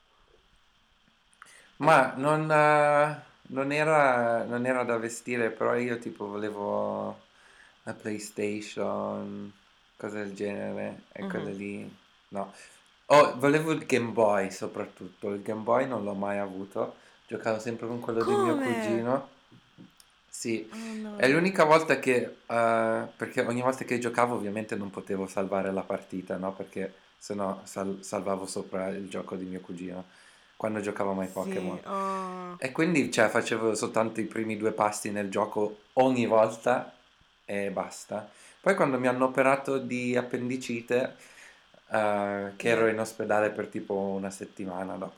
Speaker 2: Ma non era da vestire, però io tipo volevo la PlayStation, cose del genere, e quelle
Speaker 1: Mhm.
Speaker 2: lì, no. Oh, volevo il Game Boy soprattutto, il Game Boy non l'ho mai avuto, giocavo sempre con quello di mio
Speaker 1: Come?
Speaker 2: cugino. Sì,
Speaker 1: Oh
Speaker 2: è
Speaker 1: no.
Speaker 2: l'unica volta perché ogni volta che giocavo ovviamente non potevo salvare la partita, no? Perché sennò salvavo sopra il gioco di mio cugino, quando giocavamo ai
Speaker 1: Sì,
Speaker 2: Pokémon.
Speaker 1: oh.
Speaker 2: E quindi, cioè, facevo soltanto i primi due passi nel gioco ogni volta e basta. Poi quando mi hanno operato di appendicite, che ero
Speaker 1: Yeah.
Speaker 2: in ospedale per tipo una settimana dopo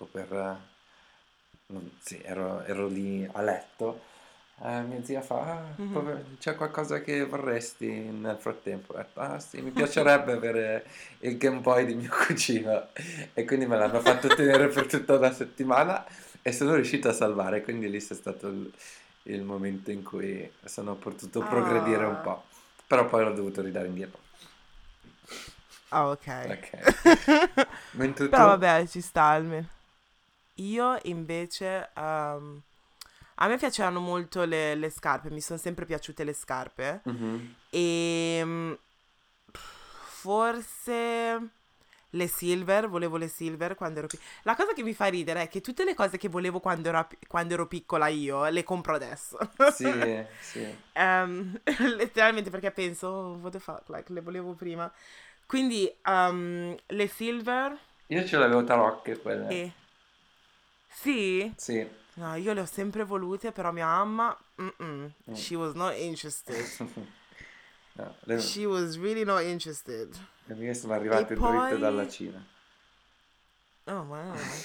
Speaker 2: sì, ero lì a letto. Mia zia fa,
Speaker 1: Mhm.
Speaker 2: c'è qualcosa che vorresti nel frattempo? Ho detto, ah sì, mi piacerebbe avere il Game Boy di mio cugino. E quindi me l'hanno fatto tenere per tutta una settimana e sono riuscito a salvare. Quindi lì c'è stato il momento in cui sono potuto progredire un
Speaker 1: Ah.
Speaker 2: po'. Però poi l'ho dovuto ridare indietro.
Speaker 1: Ah, ok.
Speaker 2: Ok. Mentre
Speaker 1: Però
Speaker 2: tu?
Speaker 1: vabbè, ci sta almeno. Io invece, a me piacevano molto le scarpe, mi sono sempre piaciute le scarpe.
Speaker 2: Mhm.
Speaker 1: E forse volevo le silver quando ero piccola. La cosa che mi fa ridere è che tutte le cose che volevo quando ero piccola io, le compro adesso.
Speaker 2: Sì, sì.
Speaker 1: Letteralmente perché penso, oh, what the fuck, like, le volevo prima. Quindi, le silver
Speaker 2: Io ce l'avevo tarocche quelle.
Speaker 1: e... Sì?
Speaker 2: Sì.
Speaker 1: No, io le ho sempre volute, però mia mamma,
Speaker 2: Mm.
Speaker 1: she was not interested.
Speaker 2: No,
Speaker 1: She was really not interested.
Speaker 2: le mie sono
Speaker 1: E
Speaker 2: arrivate dritte dalla
Speaker 1: poi...
Speaker 2: Cina.
Speaker 1: Oh, wow.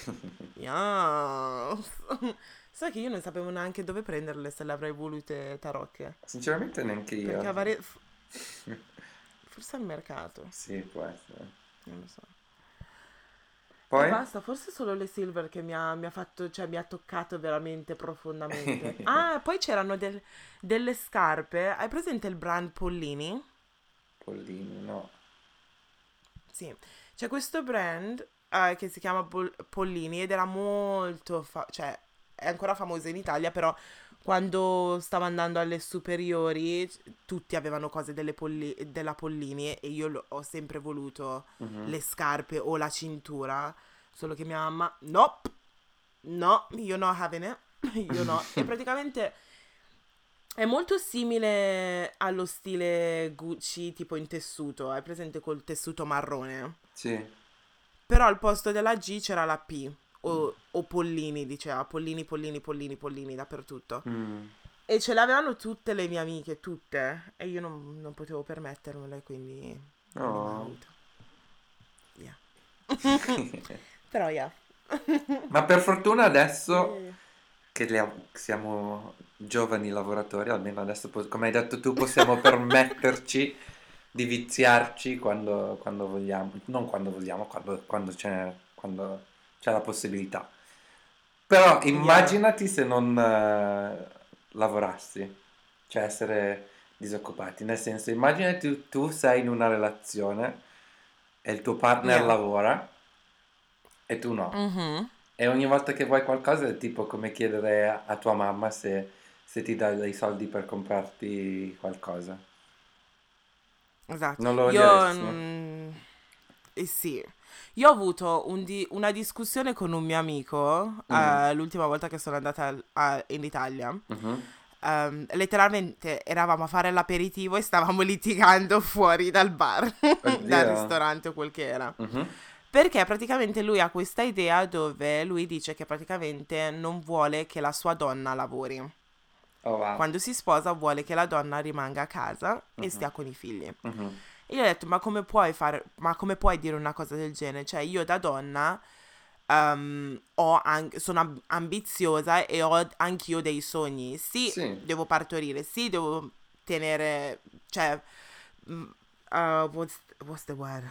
Speaker 1: Yes. Sai che io non sapevo neanche dove prenderle se le avrei volute tarocche.
Speaker 2: Sinceramente neanche
Speaker 1: Perché
Speaker 2: io.
Speaker 1: forse al mercato,
Speaker 2: Sì, può essere.
Speaker 1: non lo so. E
Speaker 2: Poi?
Speaker 1: basta, forse solo le silver che mi ha fatto, cioè mi ha toccato veramente profondamente. Ah, poi c'erano delle scarpe. Hai presente il brand Pollini?
Speaker 2: Pollini, no.
Speaker 1: Sì, c'è questo brand che si chiama Pollini ed era molto, cioè è ancora famoso in Italia, però quando stavo andando alle superiori tutti avevano cose della Pollini e io ho sempre voluto
Speaker 2: Mhm.
Speaker 1: le scarpe o la cintura, solo che mia mamma, nope, no, you're not having it, io no, e praticamente... È molto simile allo stile Gucci, tipo in tessuto, hai presente col tessuto marrone?
Speaker 2: Sì.
Speaker 1: Però al posto della G c'era la P, o Pollini, diceva, Pollini, Pollini, Pollini, Pollini, dappertutto.
Speaker 2: Mm.
Speaker 1: E ce l'avevano tutte le mie amiche, tutte, e io non potevo permettermele, quindi non le ho mai
Speaker 2: Oh.
Speaker 1: avute. Yeah. Però, yeah.
Speaker 2: Ma per fortuna adesso
Speaker 1: Yeah.
Speaker 2: che siamo giovani lavoratori, almeno adesso, come hai detto tu, possiamo permetterci di viziarci quando vogliamo, non quando vogliamo, quando c'è la possibilità. Però
Speaker 1: Yeah.
Speaker 2: immaginati se non lavorassi, cioè essere disoccupati. Nel senso, immagina tu sei in una relazione e il tuo partner
Speaker 1: Yeah.
Speaker 2: lavora e tu no.
Speaker 1: Mhm.
Speaker 2: E ogni volta che vuoi qualcosa è tipo come chiedere a tua mamma se ti dà dei soldi per comprarti qualcosa.
Speaker 1: Esatto.
Speaker 2: Non lo
Speaker 1: Io,
Speaker 2: odieresti?
Speaker 1: sì. Io ho avuto una discussione con un mio amico
Speaker 2: Mm,
Speaker 1: l'ultima volta che sono andata in Italia.
Speaker 2: mhm.
Speaker 1: Letteralmente eravamo a fare l'aperitivo e stavamo litigando fuori dal bar, dal
Speaker 2: Oddio.
Speaker 1: ristorante o quel che era.
Speaker 2: Mhm.
Speaker 1: Perché praticamente lui ha questa idea dove lui dice che praticamente non vuole che la sua donna lavori.
Speaker 2: Oh wow.
Speaker 1: Quando si sposa vuole che la donna rimanga a casa e
Speaker 2: Mhm,
Speaker 1: stia con i figli.
Speaker 2: mhm,
Speaker 1: E io ho detto, ma come puoi dire una cosa del genere? Cioè, io da donna sono ambiziosa e ho anch'io dei sogni. Sì,
Speaker 2: sì.
Speaker 1: devo partorire, sì, devo tenere, cioè, mm, what's the word?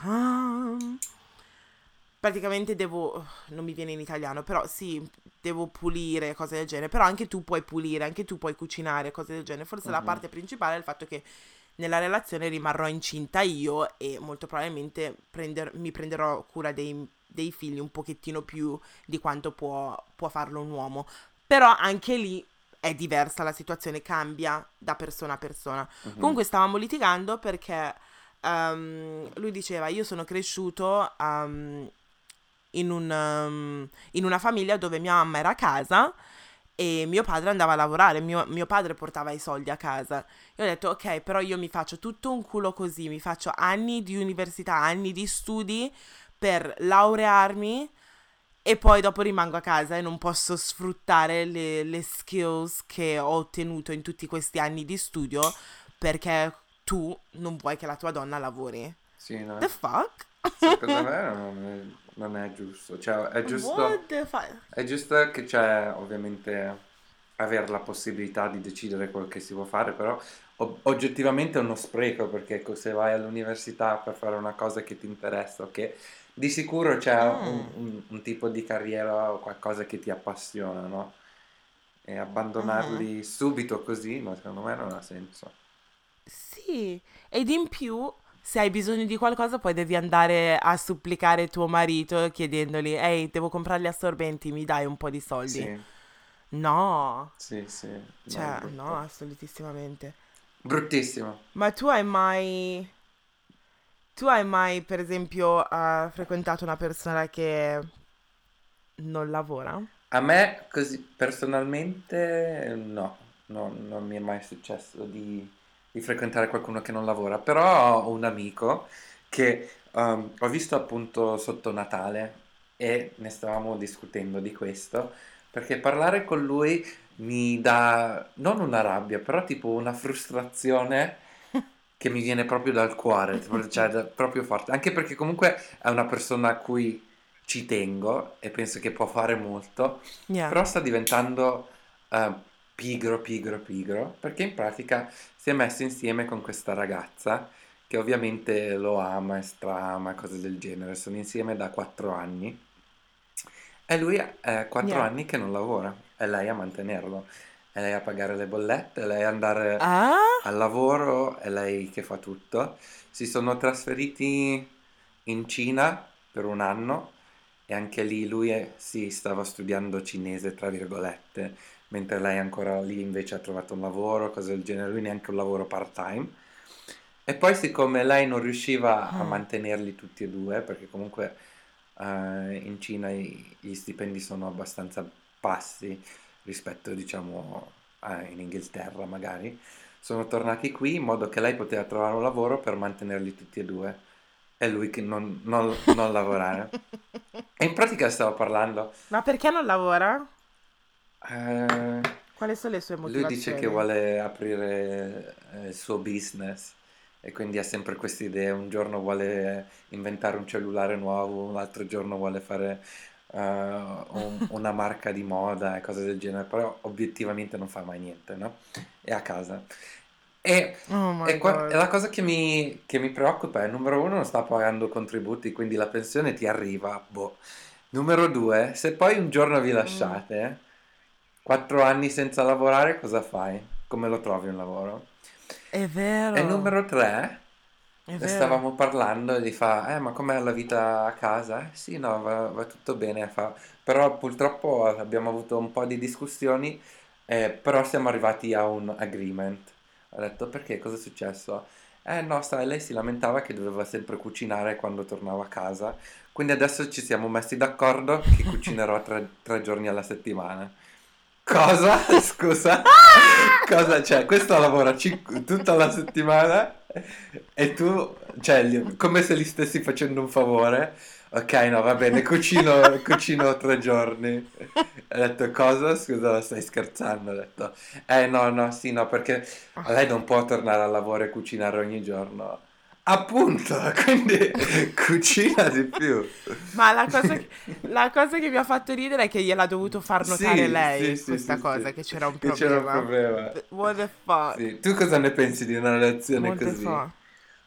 Speaker 1: Praticamente devo, non mi viene in italiano, però sì, devo pulire, cose del genere. Però anche tu puoi pulire, anche tu puoi cucinare, cose del genere. Forse la
Speaker 2: Mhm,
Speaker 1: parte principale è il fatto che nella relazione rimarrò incinta io e molto probabilmente mi prenderò cura dei figli un pochettino più di quanto può farlo un uomo. Però anche lì è diversa la situazione, cambia da persona a persona.
Speaker 2: mhm.
Speaker 1: Comunque stavamo litigando perché lui diceva io sono cresciuto in una famiglia dove mia mamma era a casa e mio padre andava a lavorare, mio padre portava i soldi a casa. Io ho detto, ok, però io mi faccio tutto un culo così, mi faccio anni di università, anni di studi per laurearmi e poi dopo rimango a casa e non posso sfruttare le skills che ho ottenuto in tutti questi anni di studio perché tu non vuoi che la tua donna lavori.
Speaker 2: Sì,
Speaker 1: The
Speaker 2: no.
Speaker 1: fuck?
Speaker 2: Secondo me non è giusto. Cioè,
Speaker 1: What the fuck?
Speaker 2: è giusto che c'è ovviamente avere la possibilità di decidere quello che si può fare, però oggettivamente è uno spreco perché se vai all'università per fare una cosa che ti interessa, ok, di sicuro c'è
Speaker 1: Mm,
Speaker 2: un tipo di carriera o qualcosa che ti appassiona, no? E
Speaker 1: mhm.
Speaker 2: abbandonarli subito così, no, secondo me non ha senso.
Speaker 1: Sì, ed in più, se hai bisogno di qualcosa, poi devi andare a supplicare tuo marito chiedendogli, ehi, devo comprare gli assorbenti, mi dai un po' di soldi?
Speaker 2: Sì,
Speaker 1: No,
Speaker 2: sì, sì, no, è
Speaker 1: cioè, no,
Speaker 2: brutto.
Speaker 1: assolutissimamente.
Speaker 2: Bruttissimo.
Speaker 1: Ma tu hai mai, per esempio, frequentato una persona che non lavora?
Speaker 2: A me così personalmente no, non mi è mai successo di frequentare qualcuno che non lavora, però ho un amico che ho visto appunto sotto Natale e ne stavamo discutendo di questo, perché parlare con lui mi dà non una rabbia, però tipo una frustrazione che mi viene proprio dal cuore, cioè proprio forte, anche perché comunque è una persona a cui ci tengo e penso che può fare molto,
Speaker 1: Yeah,
Speaker 2: però sta diventando eh, pigro, pigro, pigro, perché in pratica si è messo insieme con questa ragazza che ovviamente lo ama e strama, cose del genere, sono insieme da 4 anni e lui è quattro
Speaker 1: yeah.
Speaker 2: anni che non lavora, è lei a mantenerlo, è lei a pagare le bollette, è lei ad andare
Speaker 1: Ah?
Speaker 2: al lavoro, è lei che fa tutto. Si sono trasferiti in Cina per un anno e anche lì si stava studiando cinese, tra virgolette, mentre lei ancora lì invece ha trovato un lavoro, cose del genere, lui neanche un lavoro part-time. E poi siccome lei non riusciva a
Speaker 1: Mm,
Speaker 2: mantenerli tutti e due, perché comunque in Cina gli stipendi sono abbastanza bassi rispetto, diciamo, in Inghilterra magari, sono tornati qui in modo che lei poteva trovare un lavoro per mantenerli tutti e due e lui che non lavorare. E in pratica stavo parlando,
Speaker 1: Ma perché non lavora?
Speaker 2: eh,
Speaker 1: Quali sono le sue
Speaker 2: lui dice che
Speaker 1: motivazioni?
Speaker 2: vuole aprire il suo business e quindi ha sempre queste idee. Un giorno vuole inventare un cellulare nuovo, un altro giorno vuole fare una marca di moda e cose del genere, però obiettivamente non fa mai niente, no? È a casa. E,
Speaker 1: Oh my
Speaker 2: e
Speaker 1: god.
Speaker 2: la cosa che mi preoccupa è, numero uno, non sta pagando contributi, quindi la pensione ti arriva, boh. Numero due, se poi un giorno vi
Speaker 1: Mm.
Speaker 2: lasciate, 4 anni senza lavorare, cosa fai? Come lo trovi un lavoro?
Speaker 1: È
Speaker 2: E
Speaker 1: vero,
Speaker 2: numero 3,
Speaker 1: è
Speaker 2: ne
Speaker 1: vero.
Speaker 2: stavamo parlando e gli fa, ma com'è la vita a casa? Sì, no, va tutto bene. Però purtroppo abbiamo avuto un po' di discussioni, però siamo arrivati a un agreement. Ho detto, perché? Cosa è successo? No, sai, lei si lamentava che doveva sempre cucinare quando tornava a casa, quindi adesso ci siamo messi d'accordo che cucinerò 3 giorni alla settimana. Cosa? Scusa? Cosa? Cioè, questo lavora tutta la settimana e tu, cioè, come se gli stessi facendo un favore. Ok, no, va bene, cucino 3 giorni. Ho detto, cosa? Scusa, stai scherzando? Ho detto, no, no, sì, no, perché lei non può tornare al lavoro e cucinare ogni giorno. Appunto, quindi cucina di più.
Speaker 1: Ma la cosa che mi ha fatto ridere è che gliel'ha dovuto far notare
Speaker 2: Sì, sì,
Speaker 1: lei
Speaker 2: sì,
Speaker 1: questa
Speaker 2: sì,
Speaker 1: cosa,
Speaker 2: sì,
Speaker 1: che c'era un
Speaker 2: che c'era un
Speaker 1: problema.
Speaker 2: problema.
Speaker 1: What the fuck?
Speaker 2: Sì, tu cosa ne pensi di una relazione
Speaker 1: What the
Speaker 2: così?
Speaker 1: fuck?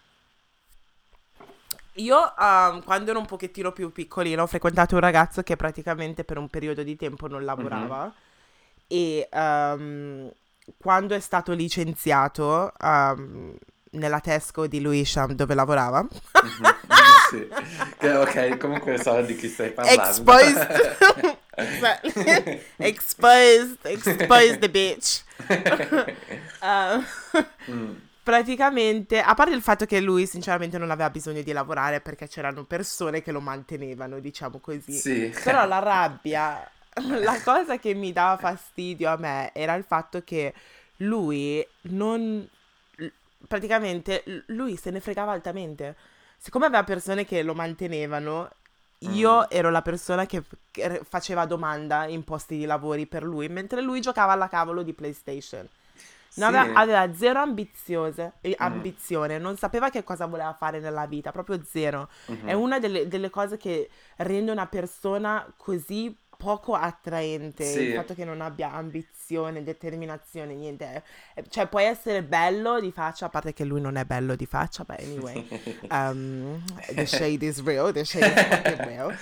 Speaker 1: Io, quando ero un pochettino più piccolino, ho frequentato un ragazzo che praticamente per un periodo di tempo non
Speaker 2: Mhm,
Speaker 1: lavorava e quando è stato licenziato nella Tesco di Lewisham dove lavorava,
Speaker 2: mhm, sì. Ok, comunque so di chi stai parlando.
Speaker 1: exposed, exactly, exposed the bitch. Uh,
Speaker 2: Mm,
Speaker 1: praticamente, a parte il fatto che lui sinceramente non aveva bisogno di lavorare perché c'erano persone che lo mantenevano, diciamo così.
Speaker 2: sì.
Speaker 1: Però la rabbia, la cosa che mi dava fastidio a me era il fatto che lui non... praticamente lui se ne fregava altamente. Siccome aveva persone che lo mantenevano,
Speaker 2: Mm,
Speaker 1: io ero la persona che faceva domanda in posti di lavori per lui, mentre lui giocava alla cavolo di PlayStation.
Speaker 2: sì.
Speaker 1: Aveva zero
Speaker 2: Mm,
Speaker 1: ambizione, non sapeva che cosa voleva fare nella vita, proprio zero. È
Speaker 2: mhm,
Speaker 1: una delle cose che rende una persona così poco attraente, il
Speaker 2: sì.
Speaker 1: fatto che non abbia ambizione, determinazione, niente. Cioè, puoi essere bello di faccia, a parte che lui non è bello di faccia, but anyway, the shade is real, the shade is fucking real.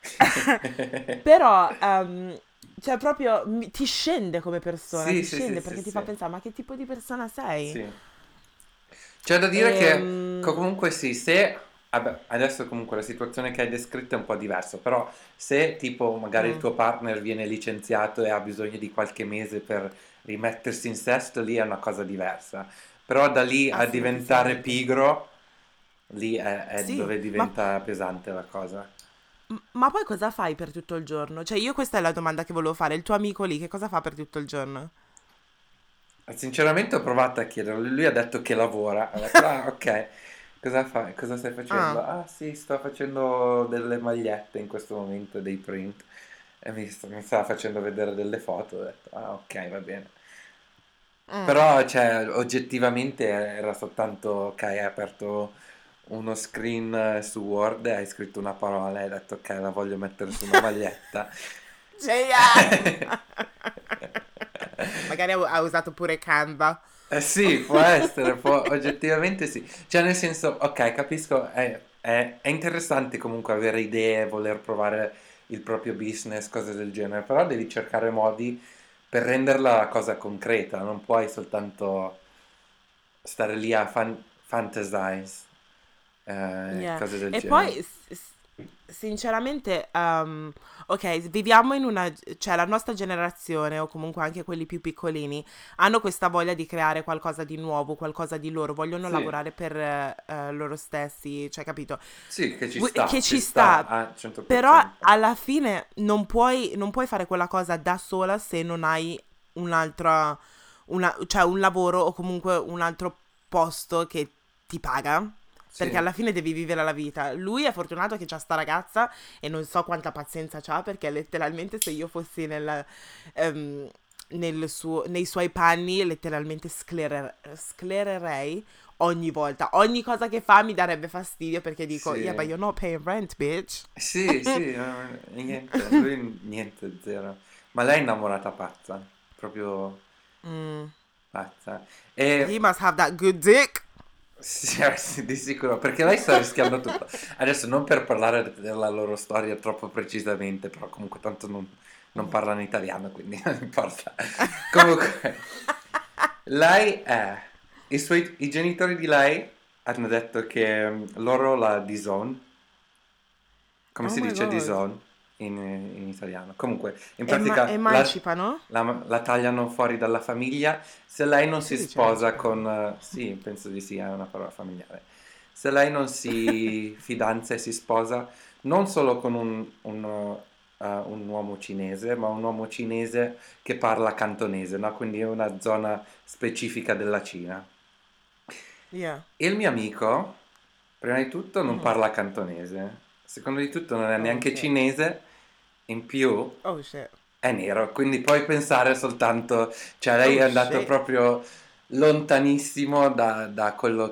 Speaker 1: Però, cioè, proprio ti scende come persona,
Speaker 2: Sì,
Speaker 1: ti
Speaker 2: sì, sì,
Speaker 1: scende
Speaker 2: sì,
Speaker 1: perché ti fa
Speaker 2: sì.
Speaker 1: pensare, ma che tipo di persona sei?
Speaker 2: Sì. C'è da dire che
Speaker 1: Ehm,
Speaker 2: comunque sì, se vabbè, adesso comunque la situazione che hai descritto è un po' diversa, però se tipo magari il
Speaker 1: mm,
Speaker 2: tuo partner viene licenziato e ha bisogno di qualche mese per rimettersi in sesto, lì è una cosa diversa. Però da lì a diventare
Speaker 1: assolutissimamente.
Speaker 2: pigro, lì è
Speaker 1: Sì,
Speaker 2: dove diventa pesante la cosa.
Speaker 1: ma poi cosa fai per tutto il giorno? Cioè, io questa è la domanda che volevo fare. Il tuo amico lì, che cosa fa per tutto il giorno?
Speaker 2: Sinceramente ho provato a chiederlo, lui ha detto che lavora, ho detto ah ok, cosa fai? Cosa stai facendo?
Speaker 1: Ah,
Speaker 2: Ah sì, sto facendo delle magliette in questo momento, dei print, e mi stava facendo vedere delle foto, ho detto ah ok, va bene.
Speaker 1: mm.
Speaker 2: Però cioè oggettivamente era soltanto ok, hai aperto uno screen su Word, hai scritto una parola e hai detto ok, la voglio mettere su una maglietta.
Speaker 1: J.R. Magari ha usato pure Canva.
Speaker 2: Eh sì, può essere, oggettivamente sì. Cioè, nel senso, ok, capisco, è interessante comunque avere idee, voler provare il proprio business, cose del genere, però devi cercare modi per renderla una cosa concreta, non puoi soltanto stare lì a fantasize,
Speaker 1: Yeah.
Speaker 2: cose del
Speaker 1: E
Speaker 2: genere.
Speaker 1: poi, sinceramente, ok, viviamo in una, cioè la nostra generazione o comunque anche quelli più piccolini hanno questa voglia di creare qualcosa di nuovo, qualcosa di loro, vogliono
Speaker 2: Sì,
Speaker 1: lavorare per loro stessi, cioè capito?
Speaker 2: sì,
Speaker 1: Che
Speaker 2: ci
Speaker 1: ci
Speaker 2: sta
Speaker 1: sta,
Speaker 2: al
Speaker 1: però
Speaker 2: 100%.
Speaker 1: alla fine non puoi fare quella cosa da sola se non hai un'altra, cioè un lavoro o comunque un altro posto che ti paga. Perché
Speaker 2: Sì,
Speaker 1: alla fine devi vivere la vita. Lui è fortunato che c'ha sta ragazza e non so quanta pazienza c'ha perché letteralmente se io fossi ehm, nei suoi panni letteralmente sclererei ogni volta. Ogni cosa che fa mi darebbe fastidio perché dico, yeah, but
Speaker 2: sì.
Speaker 1: you're not paying rent, bitch.
Speaker 2: Sì, sì, niente, lui niente, zero. Ma lei è innamorata pazza, proprio
Speaker 1: Mm.
Speaker 2: pazza.
Speaker 1: He
Speaker 2: E
Speaker 1: must have that good dick.
Speaker 2: sì, sì, di sicuro, perché lei sta rischiando tutto. Adesso non per parlare della loro storia troppo precisamente, però comunque tanto non parlano italiano, quindi non importa. Comunque, lei è I genitori di lei hanno detto che loro la disown. Come
Speaker 1: Oh
Speaker 2: si
Speaker 1: my
Speaker 2: dice
Speaker 1: god.
Speaker 2: disown in italiano? Comunque, in pratica
Speaker 1: Emancipano?
Speaker 2: la tagliano fuori dalla famiglia se lei non
Speaker 1: Si
Speaker 2: si
Speaker 1: dice
Speaker 2: sposa
Speaker 1: emancipano.
Speaker 2: con... sì, penso di sì, è una parola familiare. Se lei non si fidanza e si sposa non solo con un uomo cinese, ma un uomo cinese che parla cantonese, no? Quindi è una zona specifica della Cina.
Speaker 1: Yeah.
Speaker 2: E il mio amico, prima di tutto, non
Speaker 1: Mhm.
Speaker 2: parla cantonese, secondo di tutto non è
Speaker 1: Oh
Speaker 2: neanche
Speaker 1: shit.
Speaker 2: cinese, in più
Speaker 1: Oh shit.
Speaker 2: è nero, quindi puoi pensare soltanto, cioè lei è
Speaker 1: Oh
Speaker 2: andato
Speaker 1: shit.
Speaker 2: proprio lontanissimo da quello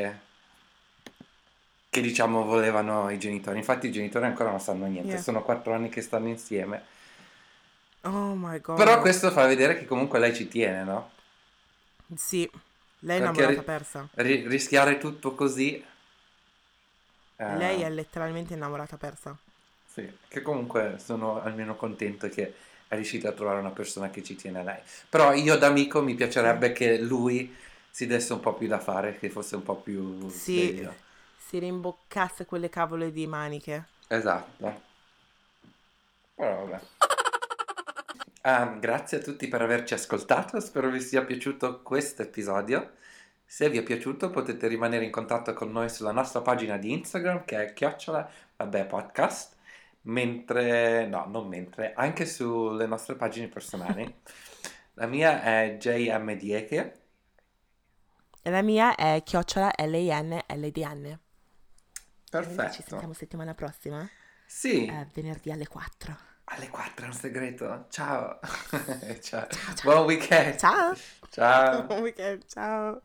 Speaker 2: che diciamo volevano i genitori. Infatti i genitori ancora non sanno niente,
Speaker 1: Yeah.
Speaker 2: sono 4 anni che stanno insieme.
Speaker 1: Oh my
Speaker 2: Però
Speaker 1: god.
Speaker 2: questo fa vedere che comunque lei ci tiene, no?
Speaker 1: Sì. Lei è
Speaker 2: Perché
Speaker 1: innamorata persa.
Speaker 2: rischiare tutto così,
Speaker 1: Lei
Speaker 2: eh,
Speaker 1: è letteralmente innamorata persa.
Speaker 2: sì, che comunque sono almeno contento che è riuscita a trovare una persona che ci tiene a lei. Però io da amico mi
Speaker 1: Sì.
Speaker 2: piacerebbe che lui si desse un po' più da fare, che fosse un po' più
Speaker 1: Si,
Speaker 2: sveglio.
Speaker 1: si rimboccasse quelle cavole di maniche.
Speaker 2: Esatto. Però vabbè. Ah, grazie a tutti per averci ascoltato, spero vi sia piaciuto questo episodio. Se vi è piaciuto potete rimanere in contatto con noi sulla nostra pagina di Instagram che è vabbè podcast, mentre, no, non mentre, anche sulle nostre pagine personali. La mia è JMDieche.
Speaker 1: E la mia è chiocciola LINLDN. E noi ci
Speaker 2: Perfetto.
Speaker 1: sentiamo settimana prossima,
Speaker 2: Sì,
Speaker 1: venerdì alle 4.
Speaker 2: alle 4 è un segreto. Ciao. Ciao.
Speaker 1: Ciao ciao.
Speaker 2: Buon weekend.
Speaker 1: Ciao.
Speaker 2: Ciao.
Speaker 1: Buon weekend. Ciao.